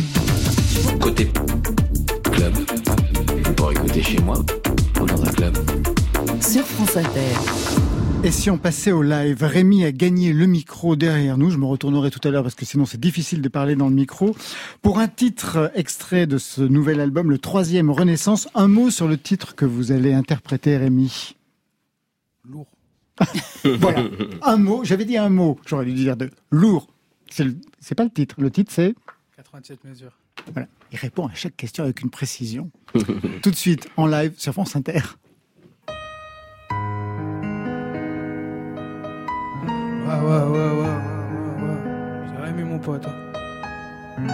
Côté club, pour écouter chez moi ou dans un club. Sur France Inter. Et si on passait au live, Rémi a gagné le micro derrière nous. Je me retournerai tout à l'heure parce que sinon c'est difficile de parler dans le micro. Pour un titre extrait de ce nouvel album, le troisième Renaissance, un mot sur le titre que vous allez interpréter, Rémi. Lourd. Voilà, un mot. J'avais dit un mot. J'aurais dû dire deux. Lourd. C'est, le... c'est pas le titre. Le titre c'est... quatre-vingt-sept mesures. Voilà. Il répond à chaque question avec une précision. Tout de suite, en live sur France Inter. Ouais, ouais, ouais, ouais, ouais, ouais, ouais. J'ai aimé mon pote. hein.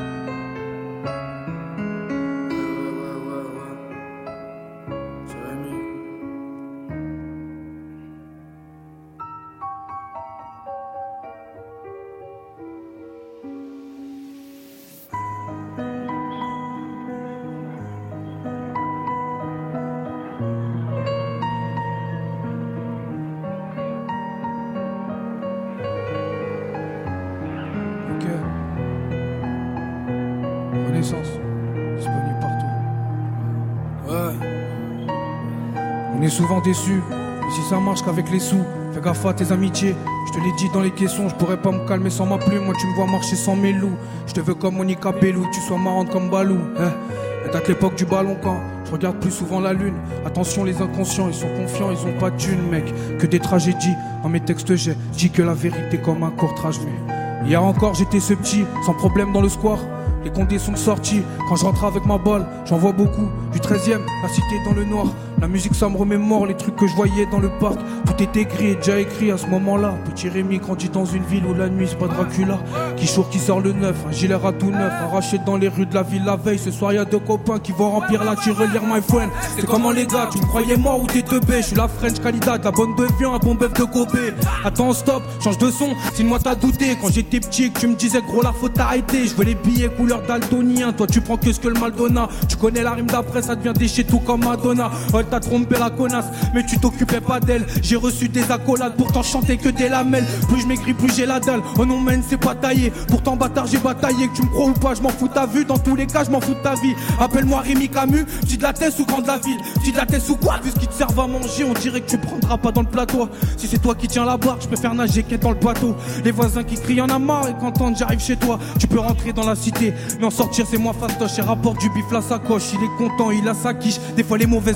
Ok. Renaissance. Disponible partout. Ouais. On est souvent déçus. Et si ça marche qu'avec les sous, fais gaffe à tes amitiés. Je te l'ai dit dans les caissons, je pourrais pas me calmer sans ma plume. Moi tu me vois marcher sans mes loups. Je te veux comme Monica Bellou, que tu sois marrante comme Balou. Hein. Et date l'époque du ballon quand je regarde plus souvent la lune. Attention les inconscients, ils sont confiants, ils ont pas de thunes mec. Que des tragédies, dans mes textes j'ai dit que la vérité comme un court-trage. Mais hier encore j'étais ce petit, sans problème dans le square. Les condés sont sortis, quand je rentre avec ma balle, j'en vois beaucoup. Du treizième, la cité dans le noir. La musique ça me remémore les trucs que je voyais dans le parc. Tout était gris et déjà écrit à ce moment-là. Petit Rémi grandit dans une ville où la nuit c'est pas Dracula. Qui choure qui sort le neuf, un gilet à tout neuf. Arraché dans les rues de la ville la veille. Ce soir y'a deux copains qui vont remplir la tirelire my friend. C'est comment les gars, tu me croyais mort ou t'es teubé. Je suis la French Calida, la bonne de viande, un bon bœuf de Kobe. Attends stop, change de son, sinon moi t'as douté. Quand j'étais petit que tu me disais gros la faute arrêter. Je veux les billets couleur daltonien. Toi tu prends que ce que le Maldona. Tu connais la rime d'après, ça devient déchet tout comme Madonna. Elle t'a trompé la connasse, mais tu t'occupais pas d'elle. J'ai reçu des accolades, pourtant chantais que des lamelles. Plus je m'écris, plus j'ai la dalle. Oh non man, c'est pas taillé. Pourtant bâtard j'ai bataillé. Que tu me crois ou pas, je m'en fous ta vue. Dans tous les cas, je m'en fous de ta vie. Appelle-moi Rémi Camus, petit de la tête ou grand de la ville. Petit de la tête ou quoi? Vu ce qui te servent à manger, on dirait que tu prendras pas dans le plateau. Si c'est toi qui tiens la barre, je préfère nager qu'être dans le bateau. Les voisins qui crient en a marre et qu'entendent j'arrive chez toi. Tu peux rentrer dans la cité, mais en sortir c'est moi fastoche. Et rapporte du bif la sacoche. Il est content, il a sa quiche. Des fois les mauvaises langues accordent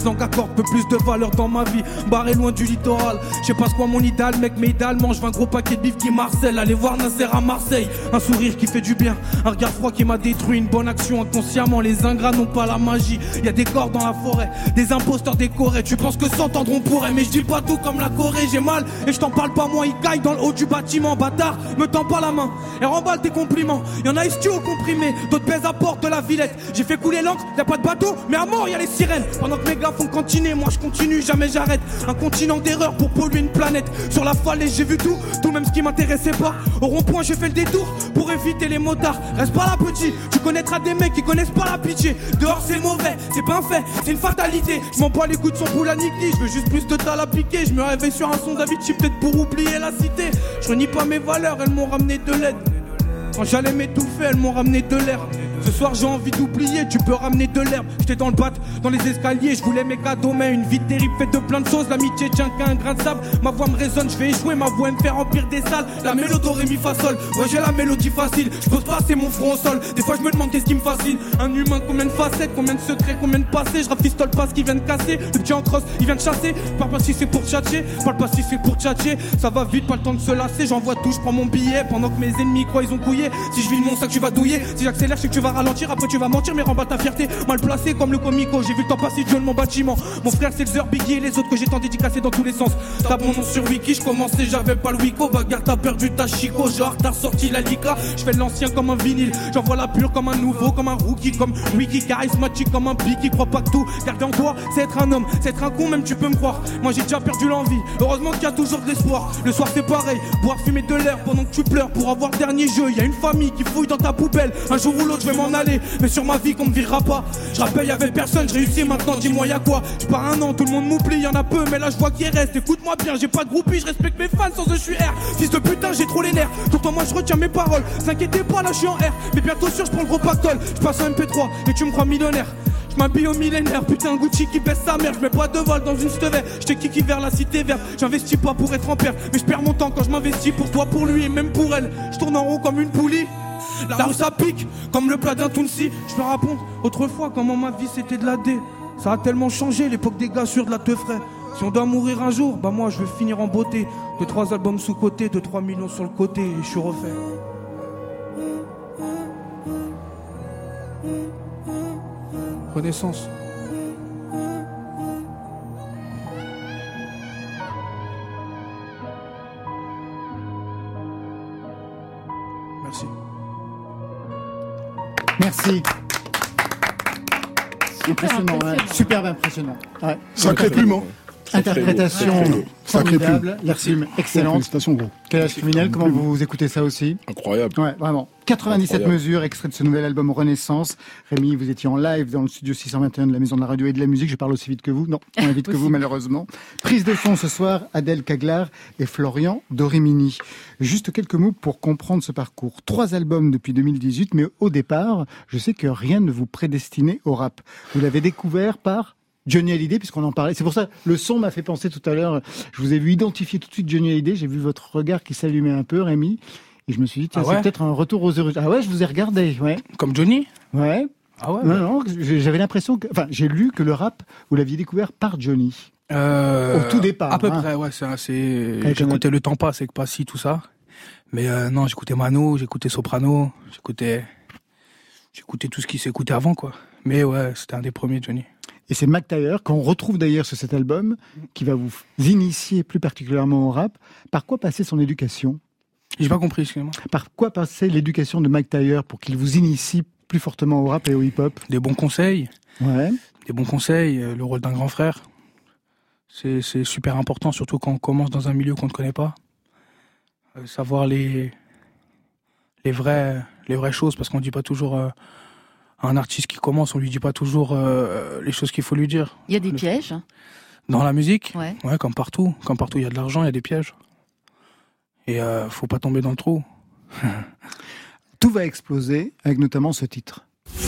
j'apporte peu plus de valeur dans ma vie. Barré loin du littoral, je sais pas ce quoi mon idéal, mec, mais idéalement je veux un gros paquet de bif qui marcelle. Aller voir Nasser à Marseille, un sourire qui fait du bien, un regard froid qui m'a détruit, une bonne action inconsciemment. Les ingrats n'ont pas la magie, y a des corps dans la forêt, des imposteurs décorés. Tu penses que s'entendront pourrait, mais je dis pas tout comme la Corée. J'ai mal et je t'en parle pas moi, ils caillent dans le haut du bâtiment. Bâtard, me tends pas la main et remballe tes compliments. Y'en a ici au comprimé, d'autres baisent à porte de la Villette. J'ai fait couler l'encre, y'a pas de bateau, mais à mort y'a les sirènes. Pendant que mes gars font cantiner, moi je continue, jamais j'arrête. Un continent d'erreur pour polluer une planète. Sur la falaise j'ai vu tout, tout même ce qui m'intéressait pas. Au rond-point j'ai fait le détour pour éviter les motards. Reste pas là petit, tu connaîtras des mecs qui connaissent pas la pitié. Dehors c'est mauvais, c'est pas un fait, c'est une fatalité. Je m'en bats les coups de son boule à Niki, je veux juste plus de tal à piquer. Je me réveille sur un son d'Avicii peut-être pour oublier la cité. Je renie pas mes valeurs, elles m'ont ramené de l'aide. Quand j'allais m'étouffer, elles m'ont ramené de l'air. Ce soir j'ai envie d'oublier, tu peux ramener de l'herbe. J'étais dans le bat, dans les escaliers, je voulais mes cadeaux, mais une vie terrible faite de plein de choses. L'amitié tient qu'à un grain de sable. Ma voix me résonne, je vais échouer, ma voix me fait remplir des salles. La mélodie ré mi fa sol, ouais j'ai la mélodie facile. Je pose pas, c'est mon front au sol. Des fois je me demande qu'est-ce qui me fascine. Un humain, combien de facettes, combien de secrets, combien de passés. Je rafistole pas ce qui vient de casser. Le petit en crosse, il vient de chasser. Parle pas si c'est pour tchatcher, parle pas si c'est pour tchatcher. Ça va vite, pas le temps de se lasser. J'envoie tout, je prends mon billet. Pendant que mes ennemis croient ils ont couillé. Si je vis mon sac, tu vas douiller. Si j'accélère, c'est que tu vas ralentir. Après tu vas mentir, mais remballe ta fierté. Mal placé comme le comico. J'ai vu le temps passer, John, mon bâtiment. Mon frère, c'est le Zer, Biggie et les autres que j'ai tant dédicacés dans tous les sens. Tape mon nom sur Wiki, je commençais, j'avais pas le Wiko. Bagarre, t'as perdu ta chico. Genre, t'as ressorti la Lika. Je fais l'ancien comme un vinyle. J'envoie la pure comme un nouveau, comme un rookie, comme Wiki, charismatique comme un pic. Qui croit pas que tout garder en toi, c'est être un homme, c'est être un con, même tu peux me croire. Moi, j'ai déjà perdu l'envie. Heureusement qu'il y a toujours de l'espoir. Le soir, c'est pareil. Boire, fumer de l'air pendant que tu pleures pour avoir le dernier jeu. Y a une famille qui fouille dans ta poubelle. Un jour ou l'autre, je vais m'en aller. Mais sur ma vie, qu'on me virera pas. Je rappelle, y'avait personne, je réussis maintenant, dis-moi y'a quoi. Je pars un an, tout le monde m'oublie, y'en a peu, mais là je vois qu'il reste. Écoute-moi bien, j'ai pas de groupie, je respecte mes fans, sans eux je suis R. Fils de putain, j'ai trop les nerfs. Pourtant moi je retiens mes paroles. S'inquiétez pas, là je suis en R. Mais bientôt sûr, je prends le gros pactole. Je passe en M P trois, et tu me crois millionnaire. Je m'habille au millénaire, putain Gucci qui baisse sa mère. Je mets pas de vol dans une stevet. Je t'ai kiki vers la cité verte. J'investis pas pour être en père, mais je perds mon temps quand je m'investis pour toi, pour lui et même pour elle. Je tourne en rond comme une poulie. Là où ça pique, comme le plat d'un Tounsi. Je me raconte autrefois comment ma vie c'était de la D. Ça a tellement changé, l'époque des gars sur de la teuf frais. Si on doit mourir un jour, bah moi je veux finir en beauté. Deux, trois albums sous côté, deux, trois millions sur le côté et je suis refait. Renaissance. Merci. Merci. Impressionnant, ouais. Superbe impressionnant. Ouais. Sacré plume, hein. Interprétation Sacré formidable, l'Airsim excellente. Félicitations, gros. Calage criminel, comment vous écoutez ça aussi? Incroyable. Ouais, vraiment. quatre-vingt-dix-sept Incroyable. mesures, extrait de ce nouvel album Renaissance. Rémi, vous étiez en live dans le studio six cent vingt et un de la Maison de la Radio et de la Musique. Je parle aussi vite que vous. Non, moins vite que vous, malheureusement. Prise de son ce soir, Adèle Caglar et Florian Dorimini. Juste quelques mots pour comprendre ce parcours. Trois albums depuis deux mille dix-huit, mais au départ, je sais que rien ne vous prédestinait au rap. Vous l'avez découvert par Johnny Hallyday, puisqu'on en parlait. C'est pour ça, le son m'a fait penser tout à l'heure. Je vous ai vu identifier tout de suite Johnny Hallyday. J'ai vu votre regard qui s'allumait un peu, Rémi. Et je me suis dit, tiens, Ah ouais c'est peut-être un retour aux origines. Ah ouais, je vous ai regardé, ouais. Comme Johnny? Ouais. Ah ouais? Non, bah. non, j'avais l'impression que, enfin, j'ai lu que le rap, vous l'aviez découvert par Johnny. Euh, Au tout départ. À peu hein. près, ouais, c'est assez. Avec J'écoutais Le Temps passe avec Passy, tout ça. Mais euh, non, j'écoutais Mano, j'écoutais Soprano, j'écoutais. J'écoutais tout ce qui s'écoutait avant, quoi. Mais ouais, c'était un des premiers, Johnny. Et c'est Mac Taylor, qu'on retrouve d'ailleurs sur cet album, qui va vous initier plus particulièrement au rap. Par quoi passer son éducation? J'ai pas compris, excusez-moi. Par quoi passer l'éducation de Mac Taylor pour qu'il vous initie plus fortement au rap et au hip-hop? Des bons conseils. Ouais. Des bons conseils, euh, le rôle d'un grand frère. C'est, c'est super important, surtout quand on commence dans un milieu qu'on ne connaît pas. Euh, savoir les, les, vrais, les vraies choses, parce qu'on dit pas toujours... Euh, à un artiste qui commence, on lui dit pas toujours euh, les choses qu'il faut lui dire. Il y a des le... pièges. Dans la musique, ouais. ouais, comme partout. Comme partout, il y a de l'argent, il y a des pièges. Et euh, faut pas tomber dans le trou. Tout va exploser, avec notamment ce titre.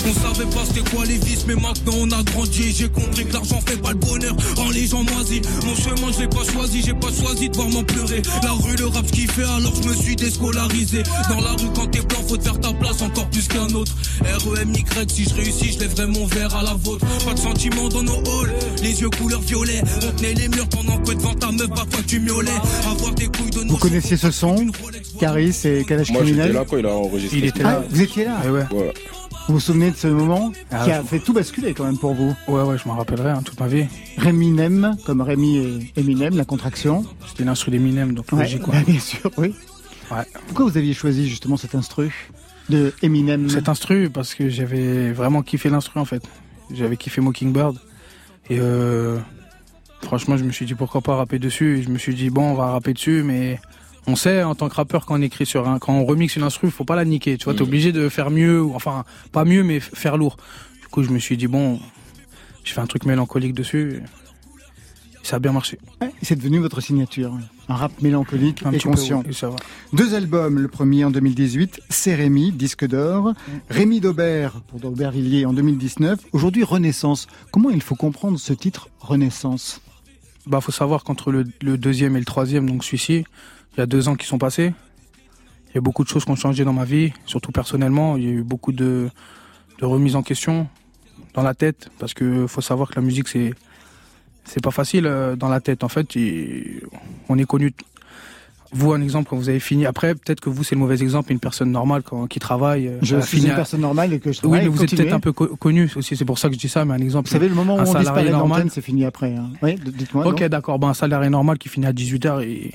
On savait pas c'était quoi les vices, mais maintenant on a grandi. J'ai compris que l'argent fait pas le bonheur, rend les gens moisis. Mon chemin je l'ai pas choisi, j'ai pas choisi de voir m'en pleurer. La rue, le rap, ce qu'il fait, alors je me suis déscolarisé. Dans la rue quand t'es blanc, faut te faire ta place encore plus qu'un autre. R E M Y, si je réussis, je lèverai mon verre à la vôtre. Pas de sentiments dans nos halls, les yeux couleur violet. On tenait les murs pendant que devant ta meuf, parfois tu miaulais. Avoir des couilles de nos... Vous connaissiez ce son, Caris et Kalash Moi Criminel? j'étais là quand il a enregistré. Il était là. Ah, vous étiez là? Ouais, ouais. Ouais. Vous vous souvenez de ce moment Ah, qui a je- fait tout basculer quand même pour vous? Ouais, ouais, je m'en rappellerai hein, toute ma vie. Réminem, comme Rémi et Eminem, la contraction. C'était l'instru d'Eminem, donc Ouais, logique quoi. bah, bien sûr, oui. Ouais. Pourquoi vous aviez choisi justement cet instru de Eminem? Cet instru, parce que j'avais vraiment kiffé l'instru en fait. J'avais kiffé Mockingbird. Et euh, franchement, je me suis dit pourquoi pas rapper dessus. Et je me suis dit, bon, on va rapper dessus, mais on sait en tant que rappeur, quand on écrit sur un, quand on remixe une instru, faut pas la niquer. Tu vois, t'es obligé de faire mieux, ou enfin, pas mieux, mais f- faire lourd. Du coup, je me suis dit, bon, je fais un truc mélancolique dessus. Et ça a bien marché. Ouais, c'est devenu votre signature. Un rap mélancolique Un et petit peu, conscient. oui, ça va. Deux albums, le premier en deux mille dix-huit, C'est Rémi, disque d'or. Rémi Daubert pour d'Aubervilliers en deux mille dix-neuf. Aujourd'hui, Renaissance. Comment il faut comprendre ce titre, Renaissance? Bah, faut savoir qu'entre le, le deuxième et le troisième, donc celui-ci, il y a deux ans qui sont passés. Il y a beaucoup de choses qui ont changé dans ma vie, surtout personnellement. Il y a eu beaucoup de, de remises en question dans la tête, parce que faut savoir que la musique, c'est c'est pas facile euh, dans la tête. En fait, et on est connu. Vous, un exemple, quand vous avez fini. Après, peut-être que vous, c'est le mauvais exemple. Une personne normale quand, qui travaille. euh, Je elle a suis fini une à- personne normale et que je Oui, travaille. mais vous êtes continuez. peut-être un peu co- connu aussi. C'est pour ça que je dis ça. Mais un exemple. Vous savez, le moment où un on salarié disparaît de normal. l'antenne, c'est fini après. Hein. Oui, d- dites-moi. Ok, non d'accord. Ben, un salarié normal qui finit à dix-huit heures, il,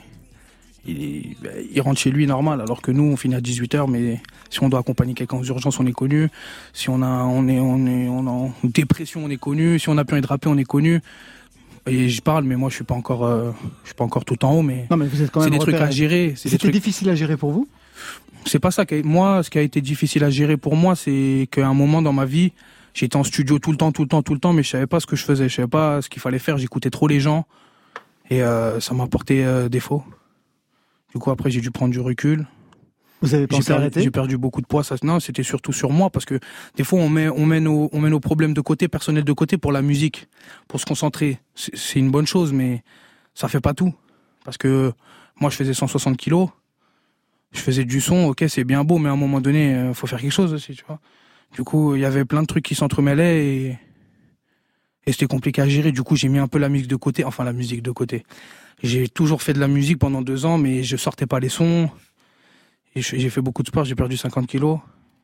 il, ben, il rentre chez lui normal. Alors que nous, on finit à dix-huit heures, mais si on doit accompagner quelqu'un aux urgences, on est connu. Si on a, on est, on est, on est en dépression, on est connu. Si on a plus envie de rapper, on est connu. Et je parle, mais moi, je suis pas encore, euh, je suis pas encore tout en haut, mais, Non, mais vous êtes quand c'est même des trucs repéré. à gérer. C'est des C'était trucs. difficile à gérer pour vous? C'est pas ça. Qui a- Moi, ce qui a été difficile à gérer pour moi, c'est qu'à un moment dans ma vie, j'étais en studio tout le temps, tout le temps, tout le temps, mais je savais pas ce que je faisais. Je savais pas ce qu'il fallait faire. J'écoutais trop les gens. Et euh, ça m'a porté euh, défaut. Du coup, après, j'ai dû prendre du recul. Vous avez J'ai pensé perdu, arrêter? j'ai perdu beaucoup de poids. Ça, non, c'était surtout sur moi parce que des fois, on met, on met nos, on met nos problèmes de côté, personnels de côté pour la musique, pour se concentrer. C'est, c'est une bonne chose, mais ça fait pas tout. Parce que moi, je faisais cent soixante kilos. Je faisais du son, ok, c'est bien beau, mais à un moment donné, euh, faut faire quelque chose aussi, tu vois. Du coup, il y avait plein de trucs qui s'entremêlaient et, et c'était compliqué à gérer. Du coup, j'ai mis un peu la musique de côté, enfin la musique de côté. J'ai toujours fait de la musique pendant deux ans, mais je sortais pas les sons. Et je- j'ai fait beaucoup de sport, j'ai perdu cinquante kilos.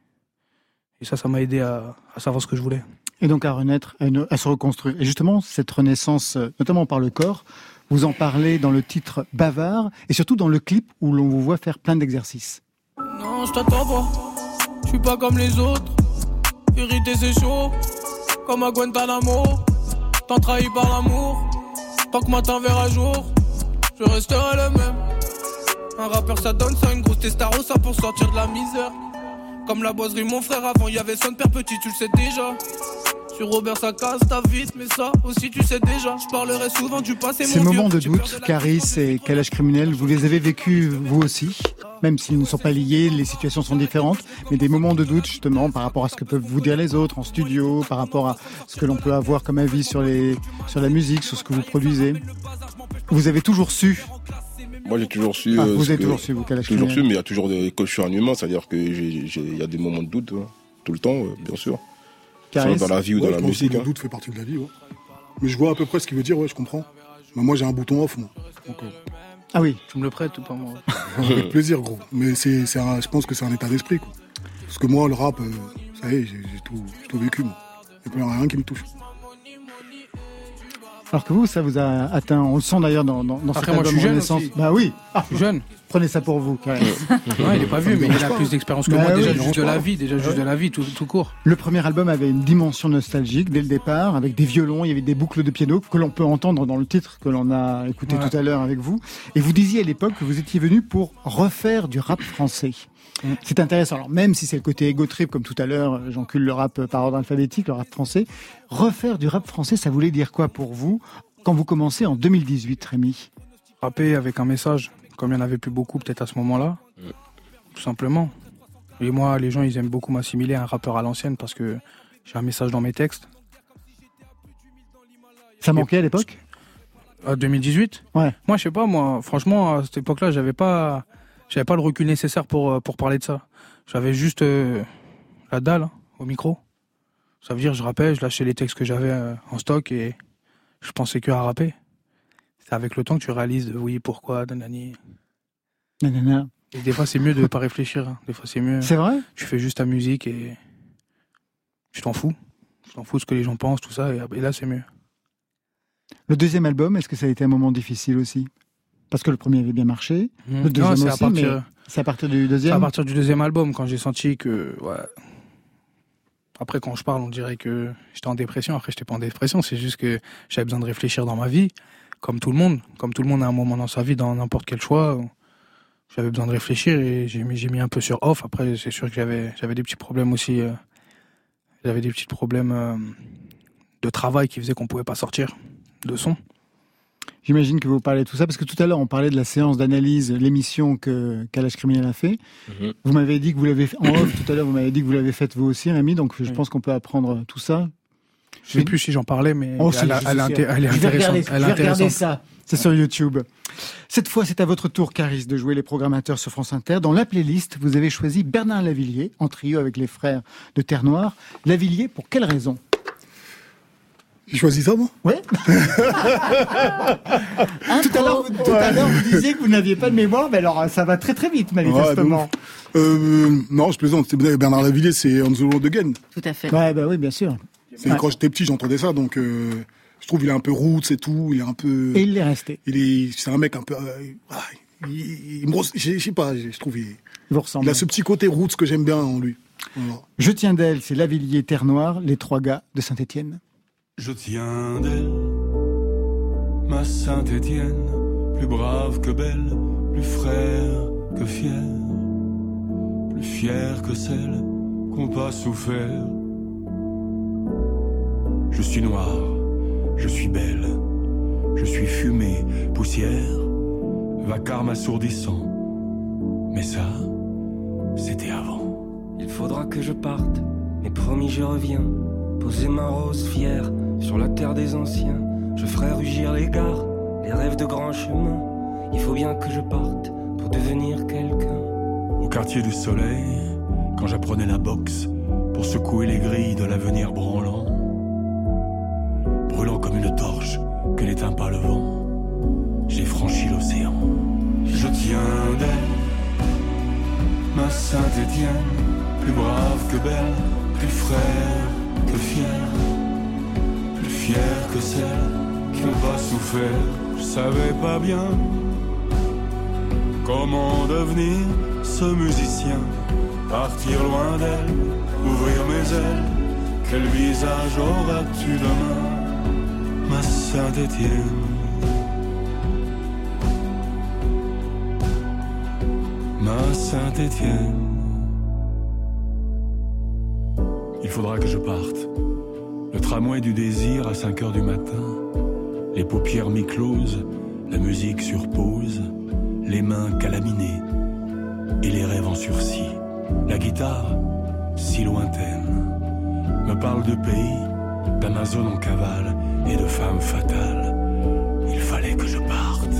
Et ça, ça m'a aidé à, à savoir ce que je voulais. Et donc à renaître, à, une- à se reconstruire. Et justement, cette renaissance, euh, notamment par le corps, vous en parlez dans le titre Bavard et surtout dans le clip où l'on vous voit faire plein d'exercices. Non, je t'attends pas. Je suis pas comme les autres. Irrité, c'est chaud. Comme à Guantanamo. Tant trahi par l'amour. Tant que matin verra jour, je resterai le même. Un rappeur, ça donne ça, une grosse testaro, ça pour sortir de la misère. Comme la boiserie, mon frère, avant, y avait son père petit, tu le sais déjà. Sur Robert, ça casse ta vite, mais ça aussi, tu sais déjà. Je parlerai souvent du passé, Ces mon moments vieux. de doute, Caris et Kalash Criminel, vous les avez vécus vous aussi, même s'ils ne sont pas liés, les situations sont différentes, mais des moments de doute justement par rapport à ce que peuvent vous dire les autres en studio, par rapport à ce que l'on peut avoir comme avis sur, les, sur la musique, sur ce que vous produisez. Vous avez toujours su. Moi, j'ai toujours su. Ah, euh, vous ce avez que- toujours su, vous, Kalash Toujours su, Criminel. mais il y a toujours des. Quand je suis un humain, c'est-à-dire que j'ai- j'ai- il y a des moments de doute, hein, tout le temps, euh, bien sûr. Caris. Soit dans la vie ou dans Ouais, la je pense musique. que le hein. doute fait partie de la vie, ouais. Mais je vois à peu près ce qu'il veut dire, ouais, je comprends. Mais moi, j'ai un bouton off, moi. Donc, euh, Ah oui. Tu me le prêtes ou pas, moi? avec plaisir, gros. Mais c'est, c'est un- je pense que c'est un état d'esprit, quoi. Parce que moi, le rap, euh, ça y est, j'ai, j'ai tout, j'ai tout vécu, moi. Il n'y a plus rien qui me touche. Alors que vous, ça vous a atteint, on le sent d'ailleurs dans, dans, dans cet Après, moi, je album suis jeune Renaissance. aussi. Bah oui. Ah, Je suis jeune. prenez ça pour vous, Caris. Ouais, il est pas vieux, mais il a plus d'expérience que Bah moi. oui, Déjà, je juste de comprends. la vie, déjà, juste de la vie, tout, tout court. Le premier album avait une dimension nostalgique dès le départ, avec des violons, il y avait des boucles de piano que l'on peut entendre dans le titre que l'on a écouté Ouais. tout à l'heure avec vous. Et vous disiez à l'époque que vous étiez venu pour refaire du rap français. Mm. C'est intéressant. Alors même si c'est le côté ego trip, comme tout à l'heure, j'encule le rap par ordre alphabétique, le rap français. Refaire du rap français, ça voulait dire quoi pour vous quand vous commencez en deux mille dix-huit, Rémi? Rapper avec un message, comme il n'y en avait plus beaucoup peut-être à ce moment-là. Tout simplement. Et moi, les gens, ils aiment beaucoup m'assimiler à un rappeur à l'ancienne parce que j'ai un message dans mes textes. Ça manquait à l'époque ? À deux mille dix-huit ? Ouais. Moi, je sais pas, moi, franchement, à cette époque-là, j'avais pas, j'avais pas le recul nécessaire pour, pour parler de ça. J'avais juste euh, la dalle hein, au micro. Ça veut dire, je rappais, je lâchais les textes que j'avais euh, en stock et je pensais que à rapper. C'est avec le temps que tu réalises, oui, pourquoi, nanani. Nanana. Et des fois, c'est mieux de pas réfléchir. Hein. Des fois, c'est mieux. C'est vrai ? Tu fais juste ta musique et tu t'en fous. Tu t'en fous de ce que les gens pensent, tout ça, et, et là, c'est mieux. Le deuxième album, est-ce que ça a été un moment difficile aussi ? Parce que le premier avait bien marché, mmh. le deuxième non, c'est aussi, à partir, mais c'est à partir du deuxième ? C'est à partir du deuxième album, quand j'ai senti que... Ouais. Après, quand je parle, on dirait que j'étais en dépression. Après, j'étais pas en dépression, c'est juste que j'avais besoin de réfléchir dans ma vie, comme tout le monde. Comme tout le monde a un moment dans sa vie, dans n'importe quel choix. J'avais besoin de réfléchir et j'ai mis, j'ai mis un peu sur off. Après, c'est sûr que j'avais, j'avais des petits problèmes aussi. Euh, j'avais des petits problèmes euh, de travail qui faisaient qu'on pouvait pas sortir de son. J'imagine que vous parlez de tout ça, parce que tout à l'heure, on parlait de la séance d'analyse, l'émission que Kalash Criminel a fait. Mm-hmm. Vous m'avez dit que vous l'avez fait, en off, tout à l'heure, vous m'avez dit que vous l'avez fait vous aussi, Rémi, donc je oui. pense qu'on peut apprendre tout ça. Je ne sais plus si j'en parlais, mais oh, elle, elle, elle, inté- elle est intéressante. Regarder, elle est intéressante. Ça, c'est sur YouTube. Cette fois, c'est à votre tour, Caris, de jouer les programmateurs sur France Inter. Dans la playlist, vous avez choisi Bernard Lavillier, en trio avec les frères de Terre Noire. Lavillier, pour quelle raison ? J'ai choisi ça, moi ? Ouais. tout à l'heure, vous, tout ouais. à l'heure, vous disiez que vous n'aviez pas de mémoire, mais alors ça va très très vite, manifestement. Ouais, euh, non, je plaisante. Bernard Lavillier, c'est On the Road Again. Tout à fait. Ouais, bah oui, bien sûr. C'est ouais. Quand j'étais petit, j'entendais ça, donc euh, je trouve qu'il est un peu roots et tout. Il est un peu. Et il l'est resté. Il est, c'est un mec un peu. Euh, il, il, il me, je sais pas, je trouve il, il, vous ressemble. Il a ce petit côté roots que j'aime bien en lui. Voilà. Je tiens d'elle, c'est Lavillier, Terre Noire, les trois gars de Saint-Étienne. Je tiens d'elle, ma Saint-Étienne, plus brave que belle, plus frère que fier, plus fier que celle qu'on pas souffert. Je suis noir, je suis belle, je suis fumée, poussière, vacarme assourdissant. Mais ça, c'était avant. Il faudra que je parte, mais promis je reviens. Poser ma rose fière sur la terre des anciens. Je ferai rugir les gares, les rêves de grands chemins. Il faut bien que je parte pour devenir quelqu'un. Au quartier du soleil, quand j'apprenais la boxe, pour secouer les grilles de l'avenir branlant, brûlant comme une torche que n'éteint pas le vent, j'ai franchi l'océan. Je tiens d'elle, ma Saint-Étienne, plus brave que belle, plus frère que fier, plus fier que celles qui n'ont pas souffert. Je savais pas bien comment devenir ce musicien, partir loin d'elle, ouvrir mes ailes. Quel visage auras-tu demain, ma Saint-Étienne? Ma Saint-Étienne. Il faudra que je parte. Le tramway du désir à cinq heures du matin. Les paupières mi-closes, la musique sur pause, les mains calaminées et les rêves en sursis. La guitare, si lointaine, me parle de pays, d'Amazon en cavale et de femmes fatales. Il fallait que je parte.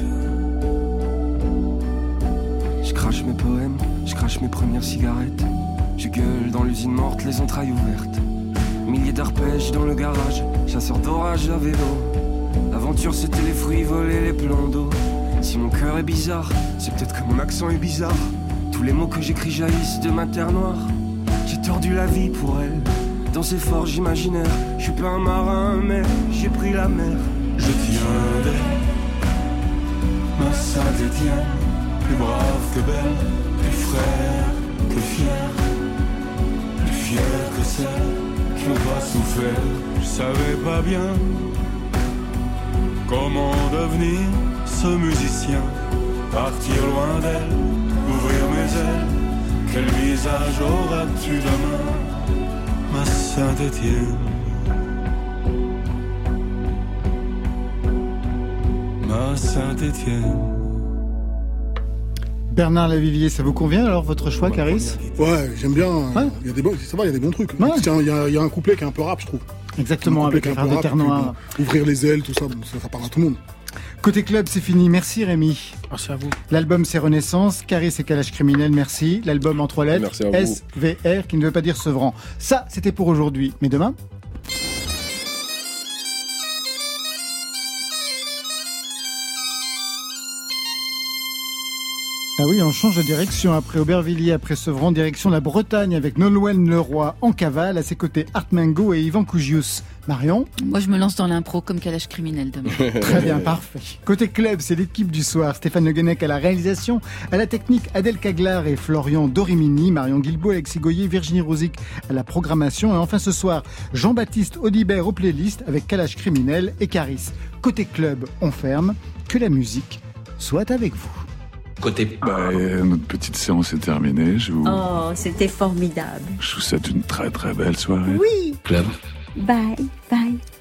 Je crache mes poèmes, je crache mes premières cigarettes. Je gueule dans l'usine morte, les entrailles ouvertes. Milliers d'arpèges dans le garage, chasseur d'orage à vélo. L'aventure c'était les fruits volés, les plans d'eau. Si mon cœur est bizarre, c'est peut-être que mon accent est bizarre. Tous les mots que j'écris jaillissent de ma terre noire. J'ai tordu la vie pour elle, dans ces forges imaginaires. Je suis pas un marin mais j'ai pris la mer. Je tiens d'elle, ma Saint-Étienne, plus brave que belle, plus frère que fier, plus fier que celle qui n'ont pas souffert. Je savais pas bien comment devenir ce musicien, partir loin d'elle, ouvrir mes ailes. Quel visage auras-tu demain, ma Saint-Étienne? Ma Saint-Étienne. Bernard Lavilliers, ça vous convient alors votre choix, Caris? Ouais, j'aime bien. Ouais. Il y a des bons, ça va, il y a des bons trucs. Ouais. Il y, a, il y a un couplet qui est un peu rap, je trouve. Exactement, avec un frère de Terre Noire. Ouvrir les ailes, tout ça, bon, ça, ça parle à tout le monde. Côté club, c'est fini. Merci Rémi. Merci à vous. L'album, c'est Renaissance. Caris et Kalash Criminel, merci. L'album en trois lettres, S V R, qui ne veut pas dire Sevran. Ça, c'était pour aujourd'hui. Mais demain... Ah oui, on change de direction après Aubervilliers, après Sevran, direction la Bretagne avec Nolwenn Leroy en cavale, à ses côtés Art Mango et Yvan Cougius. Marion? Moi, je me lance dans l'impro comme Kalash Criminel demain. Très bien, parfait. Côté club, c'est l'équipe du soir. Stéphane Le Guenec à la réalisation, à la technique, Adèle Caglar et Florian Dorimini, Marion Guilbault, Alexis Goyer, Virginie Rosic à la programmation. Et enfin ce soir, Jean-Baptiste Audibert aux playlists avec Kalash Criminel et Caris. Côté club, on ferme. Que la musique soit avec vous. Côté... Bah, euh, notre petite séance est terminée. Je vous... Oh, c'était formidable. Je vous souhaite une très très belle soirée. Oui. Club. Bye, bye.